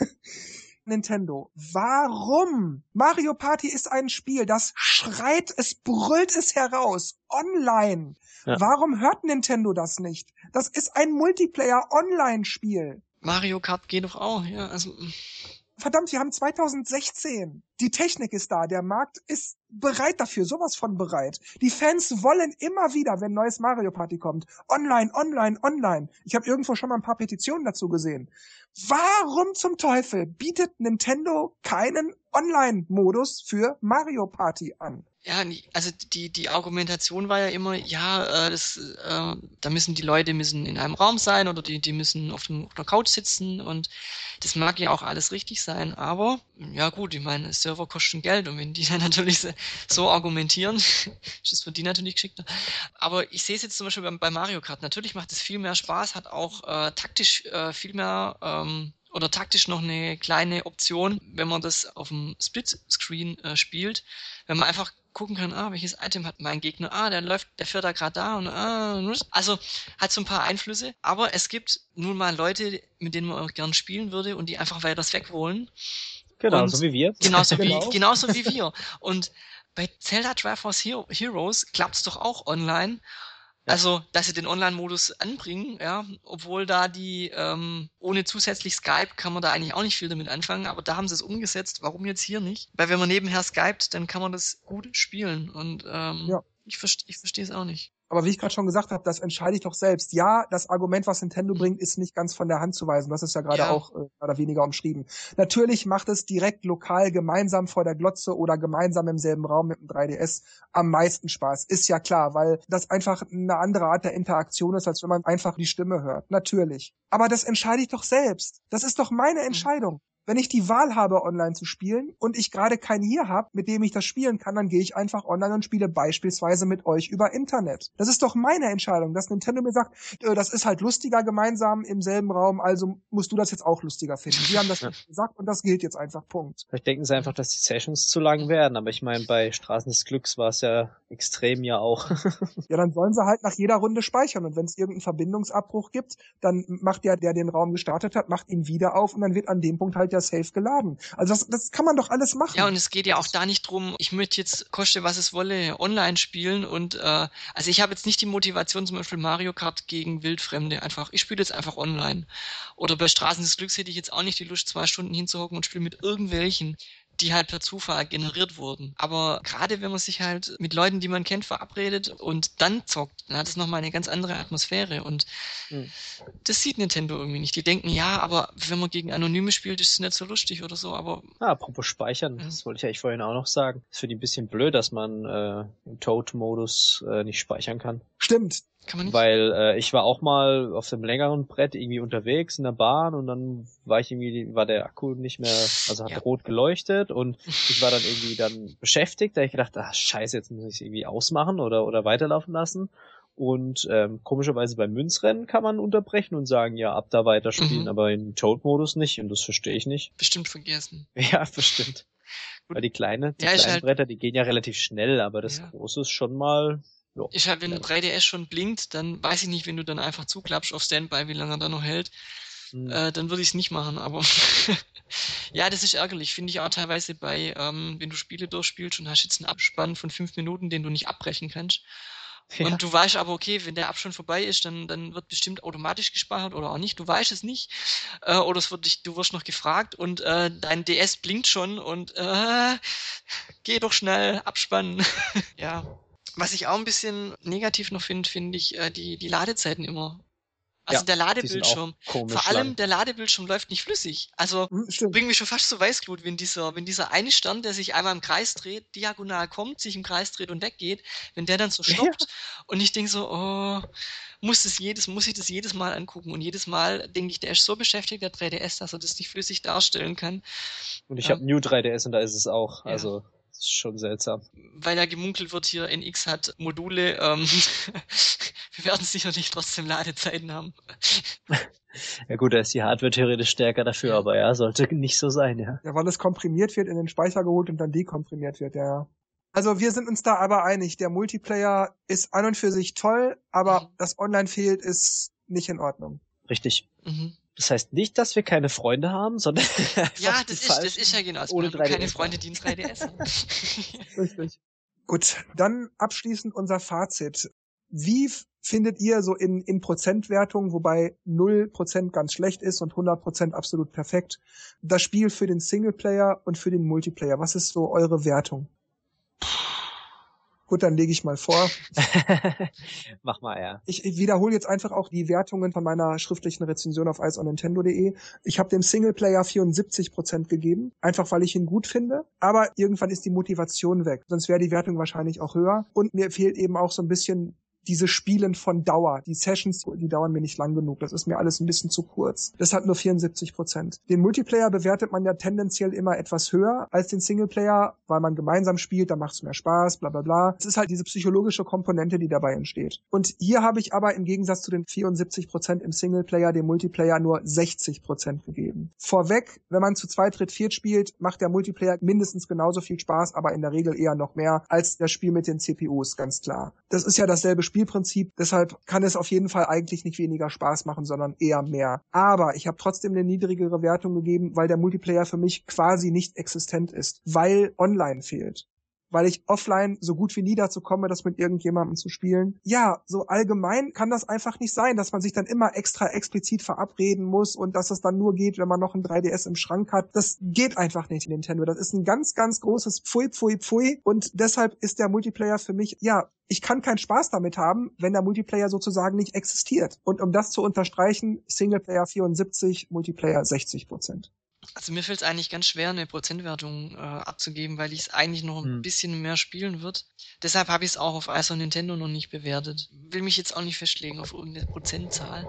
Nintendo, warum? Mario Party ist ein Spiel, das schreit, es brüllt es heraus, online. Ja. Warum hört Nintendo das nicht? Das ist ein Multiplayer-Online-Spiel. Mario Kart geht doch auch, ja, also... Verdammt, wir haben zwanzig sechzehn. Die Technik ist da, der Markt ist bereit dafür, sowas von bereit. Die Fans wollen immer wieder, wenn neues Mario Party kommt, online, online, online. Ich habe irgendwo schon mal ein paar Petitionen dazu gesehen. Warum zum Teufel bietet Nintendo keinen Online-Modus für Mario Party an? Ja, also die die Argumentation war ja immer, ja, äh, das, äh, da müssen die Leute müssen in einem Raum sein oder die die müssen auf, dem, auf der Couch sitzen und das mag ja auch alles richtig sein, aber ja gut, ich meine, Server kosten Geld und wenn die dann natürlich so argumentieren, ist es für die natürlich geschickter. Aber ich sehe es jetzt zum Beispiel bei, bei Mario Kart, natürlich macht es viel mehr Spaß, hat auch äh, taktisch äh, viel mehr ähm, oder taktisch noch eine kleine Option, wenn man das auf dem Split-Screen äh, spielt, wenn man einfach gucken kann, ah, welches Item hat mein Gegner, ah, der läuft, der fährt da gerade da und ah, also hat so ein paar Einflüsse, aber es gibt nun mal Leute, mit denen man auch gern spielen würde und die einfach weiter das wegholen. Genauso wie wir. Genauso Genau. wie, genauso wie wir. Und bei Zelda Triforce Hero, Heroes klappt's doch auch online. Also, dass sie den Online-Modus anbringen, ja, obwohl da die, ähm, ohne zusätzlich Skype kann man da eigentlich auch nicht viel damit anfangen, aber da haben sie es umgesetzt, warum jetzt hier nicht? Weil wenn man nebenher skypt, dann kann man das gut spielen und ähm, Ja. ich, verste- ich verstehe es auch nicht. Aber wie ich gerade schon gesagt habe, das entscheide ich doch selbst. Ja, das Argument, was Nintendo bringt, ist nicht ganz von der Hand zu weisen. Das ist ja gerade Ja. auch äh, mehr oder weniger umschrieben. Natürlich macht es direkt lokal gemeinsam vor der Glotze oder gemeinsam im selben Raum mit dem drei D S am meisten Spaß. Ist ja klar, weil das einfach eine andere Art der Interaktion ist, als wenn man einfach die Stimme hört. Natürlich. Aber das entscheide ich doch selbst. Das ist doch meine Entscheidung. Wenn ich die Wahl habe, online zu spielen und ich gerade keinen hier habe, mit dem ich das spielen kann, dann gehe ich einfach online und spiele beispielsweise mit euch über Internet. Das ist doch meine Entscheidung, dass Nintendo mir sagt, äh, das ist halt lustiger gemeinsam im selben Raum, also musst du das jetzt auch lustiger finden. Sie haben das Ja. gesagt und das gilt jetzt einfach, Punkt. Vielleicht denken sie einfach, dass die Sessions zu lang werden, aber ich meine, bei Straßen des Glücks war es ja extrem ja auch. Ja, dann sollen sie halt nach jeder Runde speichern und wenn es irgendeinen Verbindungsabbruch gibt, dann macht der, der den Raum gestartet hat, macht ihn wieder auf und dann wird an dem Punkt halt der Safe geladen. Also das, das kann man doch alles machen. Ja, und es geht ja auch da nicht drum, ich möchte jetzt, koste was es wolle, online spielen und äh, also ich habe jetzt nicht die Motivation, zum Beispiel Mario Kart gegen Wildfremde einfach, ich spiele jetzt einfach online. Oder bei Straßen des Glücks hätte ich jetzt auch nicht die Lust, zwei Stunden hinzuhocken und spiele mit irgendwelchen, die halt per Zufall generiert wurden. Aber gerade wenn man sich halt mit Leuten, die man kennt, verabredet und dann zockt, dann hat es nochmal eine ganz andere Atmosphäre und Hm. das sieht Nintendo irgendwie nicht. Die denken, ja, aber wenn man gegen Anonyme spielt, ist es nicht so lustig oder so, aber Ah, apropos Speichern, Ja. das wollte ich eigentlich vorhin auch noch sagen. Das finde ich ein bisschen blöd, dass man äh, im Toad-Modus äh, nicht speichern kann. Stimmt. kann man nicht. Weil äh, ich war auch mal auf dem längeren Brett irgendwie unterwegs in der Bahn und dann war ich irgendwie, war der Akku nicht mehr, also hat Ja. rot geleuchtet und ich war dann irgendwie dann beschäftigt, da hab ich gedacht, ach scheiße, jetzt muss ich es irgendwie ausmachen oder oder weiterlaufen lassen. Und ähm, komischerweise beim Münzrennen kann man unterbrechen und sagen, ja, ab da weiterspielen, Mhm. aber im Toad-Modus nicht und das verstehe ich nicht. Bestimmt vergessen. Ja, bestimmt. Gut. Weil die kleine, die Ja, ist kleinen halt- Bretter, die gehen ja relativ schnell, aber das Ja. große ist schon mal, ja. Ist halt, wenn Ja. der drei D S schon blinkt, dann weiß ich nicht, wenn du dann einfach zuklappst auf Standby, wie lange er da noch hält, Hm. äh, dann würde ich es nicht machen, aber ja, das ist ärgerlich, finde ich auch teilweise bei, ähm, wenn du Spiele durchspielst und hast jetzt einen Abspann von fünf Minuten, den du nicht abbrechen kannst. Ja. Und du weißt aber, okay, wenn der Abstand vorbei ist, dann, dann wird bestimmt automatisch gespeichert oder auch nicht. Du weißt es nicht. Äh, oder es wird dich, du wirst noch gefragt und äh, dein D S blinkt schon und äh, geh doch schnell, abspannen. Ja. Was ich auch ein bisschen negativ noch finde, finde ich äh, die, die Ladezeiten immer. Also Ja, der die sind Ladebildschirm. auch komisch Vor allem lang. der Ladebildschirm läuft nicht flüssig. Also Hm, stimmt. bringt mich schon fast zu Weißglut, wenn dieser, wenn dieser eine Stern, der sich einmal im Kreis dreht, diagonal kommt, sich im Kreis dreht und weggeht, wenn der dann so stoppt und ich denke so, oh, muss das jedes, muss ich das jedes Mal angucken und jedes Mal denke ich, der ist so beschäftigt, der drei D S, dass er das nicht flüssig darstellen kann, Und ich Ja. habe New drei D S und da ist es auch. Ja. Also, das ist schon seltsam. weil ja gemunkelt wird hier, N X hat Module, ähm, wir werden sicherlich trotzdem Ladezeiten haben. Ja gut, da ist die Hardware theoretisch stärker dafür, Ja. aber ja, sollte nicht so sein, ja. Ja, weil es komprimiert wird, in den Speicher geholt und dann dekomprimiert wird, ja, ja. Also wir sind uns da aber einig, der Multiplayer ist an und für sich toll, aber Mhm. das Online fehlt, ist nicht in Ordnung. Richtig. Mhm. Das heißt nicht, dass wir keine Freunde haben, sondern einfach Ja, die das ist, das falschen. ist ja genau. Es ohne haben drei D S keine haben. Freunde, die ein drei D S haben. Richtig. Gut, dann abschließend unser Fazit. Wie f- findet ihr so in, in Prozentwertung, wobei null Prozent ganz schlecht ist und hundert Prozent absolut perfekt, das Spiel für den Singleplayer und für den Multiplayer? Was ist so eure Wertung? Gut, dann lege ich mal vor. Mach mal, ja. Ich, ich wiederhole jetzt einfach auch die Wertungen von meiner schriftlichen Rezension auf ice on nintendo punkt de. Ich habe dem Singleplayer vierundsiebzig Prozent gegeben, einfach weil ich ihn gut finde. Aber irgendwann ist die Motivation weg. Sonst wäre die Wertung wahrscheinlich auch höher. Und mir fehlt eben auch so ein bisschen diese Spielen von Dauer. Die Sessions, die dauern mir nicht lang genug. Das ist mir alles ein bisschen zu kurz. Deshalb nur vierundsiebzig Prozent. Den Multiplayer bewertet man ja tendenziell immer etwas höher als den Singleplayer, weil man gemeinsam spielt, da macht es mehr Spaß, bla bla bla. Es ist halt diese psychologische Komponente, die dabei entsteht. Und hier habe ich aber im Gegensatz zu den vierundsiebzig Prozent im Singleplayer dem Multiplayer nur sechzig Prozent gegeben. Vorweg, wenn man zu zweit, dritt, viert spielt, macht der Multiplayer mindestens genauso viel Spaß, aber in der Regel eher noch mehr als das Spiel mit den C P Us, ganz klar. Das ist ja dasselbe Spielprinzip, deshalb kann es auf jeden Fall eigentlich nicht weniger Spaß machen, sondern eher mehr. Aber ich habe trotzdem eine niedrigere Wertung gegeben, weil der Multiplayer für mich quasi nicht existent ist, weil online fehlt. Weil ich offline so gut wie nie dazu komme, das mit irgendjemandem zu spielen. Ja, so allgemein kann das einfach nicht sein, dass man sich dann immer extra explizit verabreden muss und dass es dann nur geht, wenn man noch ein drei D S im Schrank hat. Das geht einfach nicht in Nintendo. Das ist ein ganz, ganz großes Pfui, Pfui, Pfui. Und deshalb ist der Multiplayer für mich, ja, ich kann keinen Spaß damit haben, wenn der Multiplayer sozusagen nicht existiert. Und um das zu unterstreichen, Singleplayer vierundsiebzig, Multiplayer sechzig Prozent. Also mir fällt es eigentlich ganz schwer, eine Prozentwertung äh, abzugeben, weil ich es eigentlich noch ein Hm. bisschen mehr spielen wird. Deshalb habe ich es auch auf ice on Nintendo noch nicht bewertet. Will mich jetzt auch nicht festlegen auf irgendeine Prozentzahl.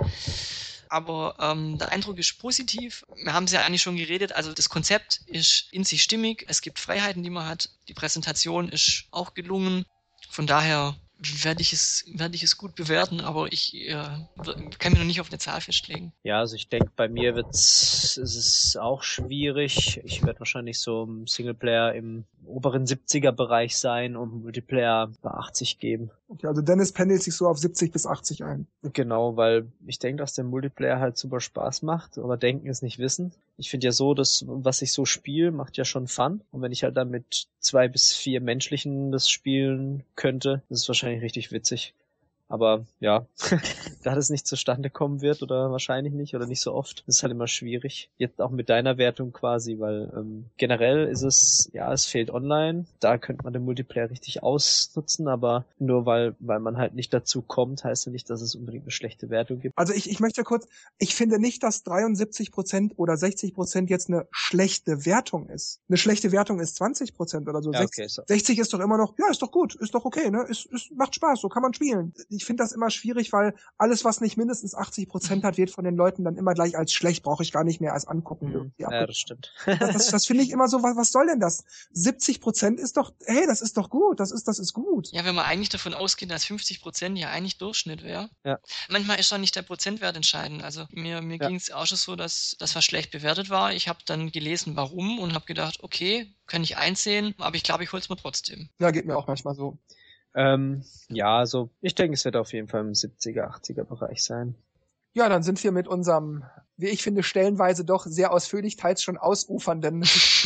Aber ähm, der Eindruck ist positiv. Wir haben es ja eigentlich schon geredet. Also das Konzept ist in sich stimmig. Es gibt Freiheiten, die man hat. Die Präsentation ist auch gelungen. Von daher werde ich es werde ich es gut bewerten, aber ich äh, kann mir noch nicht auf eine Zahl festlegen. Ja, also ich denke, bei mir wird's, ist es auch schwierig. Ich werde wahrscheinlich so im Singleplayer im oberen siebziger-Bereich sein und Multiplayer bei achtzig geben. Okay, also Dennis pendelt sich so auf siebzig bis achtzig ein. Genau, weil ich denke, dass der Multiplayer halt super Spaß macht, aber denken ist nicht wissen. Ich finde ja so, dass was ich so spiele, macht ja schon Fun. Und wenn ich halt dann mit zwei bis vier Menschlichen das spielen könnte, das ist wahrscheinlich richtig witzig. Aber ja, da das nicht zustande kommen wird oder wahrscheinlich nicht oder nicht so oft, ist halt immer schwierig. Jetzt auch mit deiner Wertung quasi, weil ähm, generell ist es, ja, es fehlt online. Da könnte man den Multiplayer richtig ausnutzen, aber nur weil weil man halt nicht dazu kommt, heißt ja nicht, dass es unbedingt eine schlechte Wertung gibt. Also ich, ich möchte kurz, ich finde nicht, dass dreiundsiebzig Prozent oder sechzig Prozent jetzt eine schlechte Wertung ist. Eine schlechte Wertung ist zwanzig Prozent oder so. Ja, okay, so. sechzig ist doch immer noch, ja, ist doch gut, ist doch okay, ne? Ist, ist, macht Spaß, so kann man spielen. Ich finde das immer schwierig, weil alles, was nicht mindestens achtzig Prozent hat, wird von den Leuten dann immer gleich als schlecht, brauche ich gar nicht mehr als angucken. Mhm. Ja, das stimmt. Das, das, das finde ich immer so, was, was soll denn das? siebzig Prozent ist doch, hey, das ist doch gut, das ist, das ist gut. Ja, wenn man eigentlich davon ausgeht, dass fünfzig Prozent ja eigentlich Durchschnitt wäre. Ja. Manchmal ist doch nicht der Prozentwert entscheidend. Also mir, mir Ja. ging es auch schon so, dass das was schlecht bewertet war. Ich habe dann gelesen, warum und habe gedacht, okay, kann ich einsehen, aber ich glaube, ich hol's mir trotzdem. Ja, geht mir auch manchmal so. Ähm, ja, also ich denke, es wird auf jeden Fall im siebziger, achtziger Bereich sein. Ja, dann sind wir mit unserem, wie ich finde, stellenweise doch sehr ausführlich, teils schon ausufernden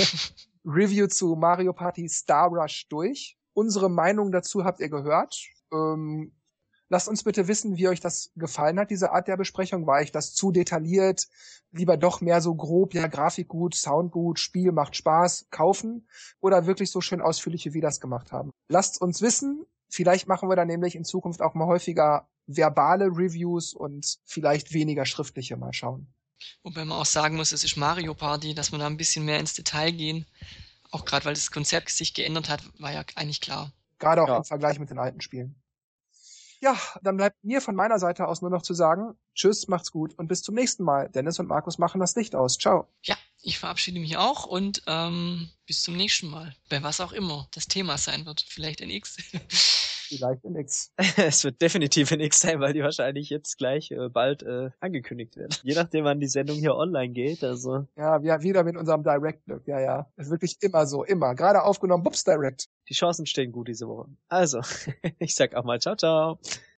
Review zu Mario Party Star Rush durch. Unsere Meinung dazu habt ihr gehört. Ähm, lasst uns bitte wissen, wie euch das gefallen hat, diese Art der Besprechung. War euch das zu detailliert? Lieber doch mehr so grob, ja, Grafik gut, Sound gut, Spiel macht Spaß, kaufen? Oder wirklich so schön ausführlich, wie wir das gemacht haben? Lasst uns wissen. Vielleicht machen wir dann nämlich in Zukunft auch mal häufiger verbale Reviews und vielleicht weniger schriftliche, mal schauen. Wobei man auch sagen muss, es ist Mario Party, dass wir da ein bisschen mehr ins Detail gehen. Auch gerade, weil das Konzept sich geändert hat, war ja eigentlich klar. Gerade auch Ja. im Vergleich mit den alten Spielen. Ja, dann bleibt mir von meiner Seite aus nur noch zu sagen, tschüss, macht's gut und bis zum nächsten Mal. Dennis und Markus machen das Licht aus. Ciao. Ja, ich verabschiede mich auch und ähm, bis zum nächsten Mal. Bei was auch immer das Thema sein wird. Vielleicht N X. Vielleicht in X. Es wird definitiv in X sein, weil die wahrscheinlich jetzt gleich äh, bald äh, angekündigt werden. Je nachdem, wann die Sendung hier online geht, also Ja, wir wieder mit unserem Direct-Glück. Ja, ja. Das ist wirklich immer so, immer. Gerade aufgenommen, bups, Direct. die Chancen stehen gut diese Woche. Also, ich sag auch mal ciao, ciao.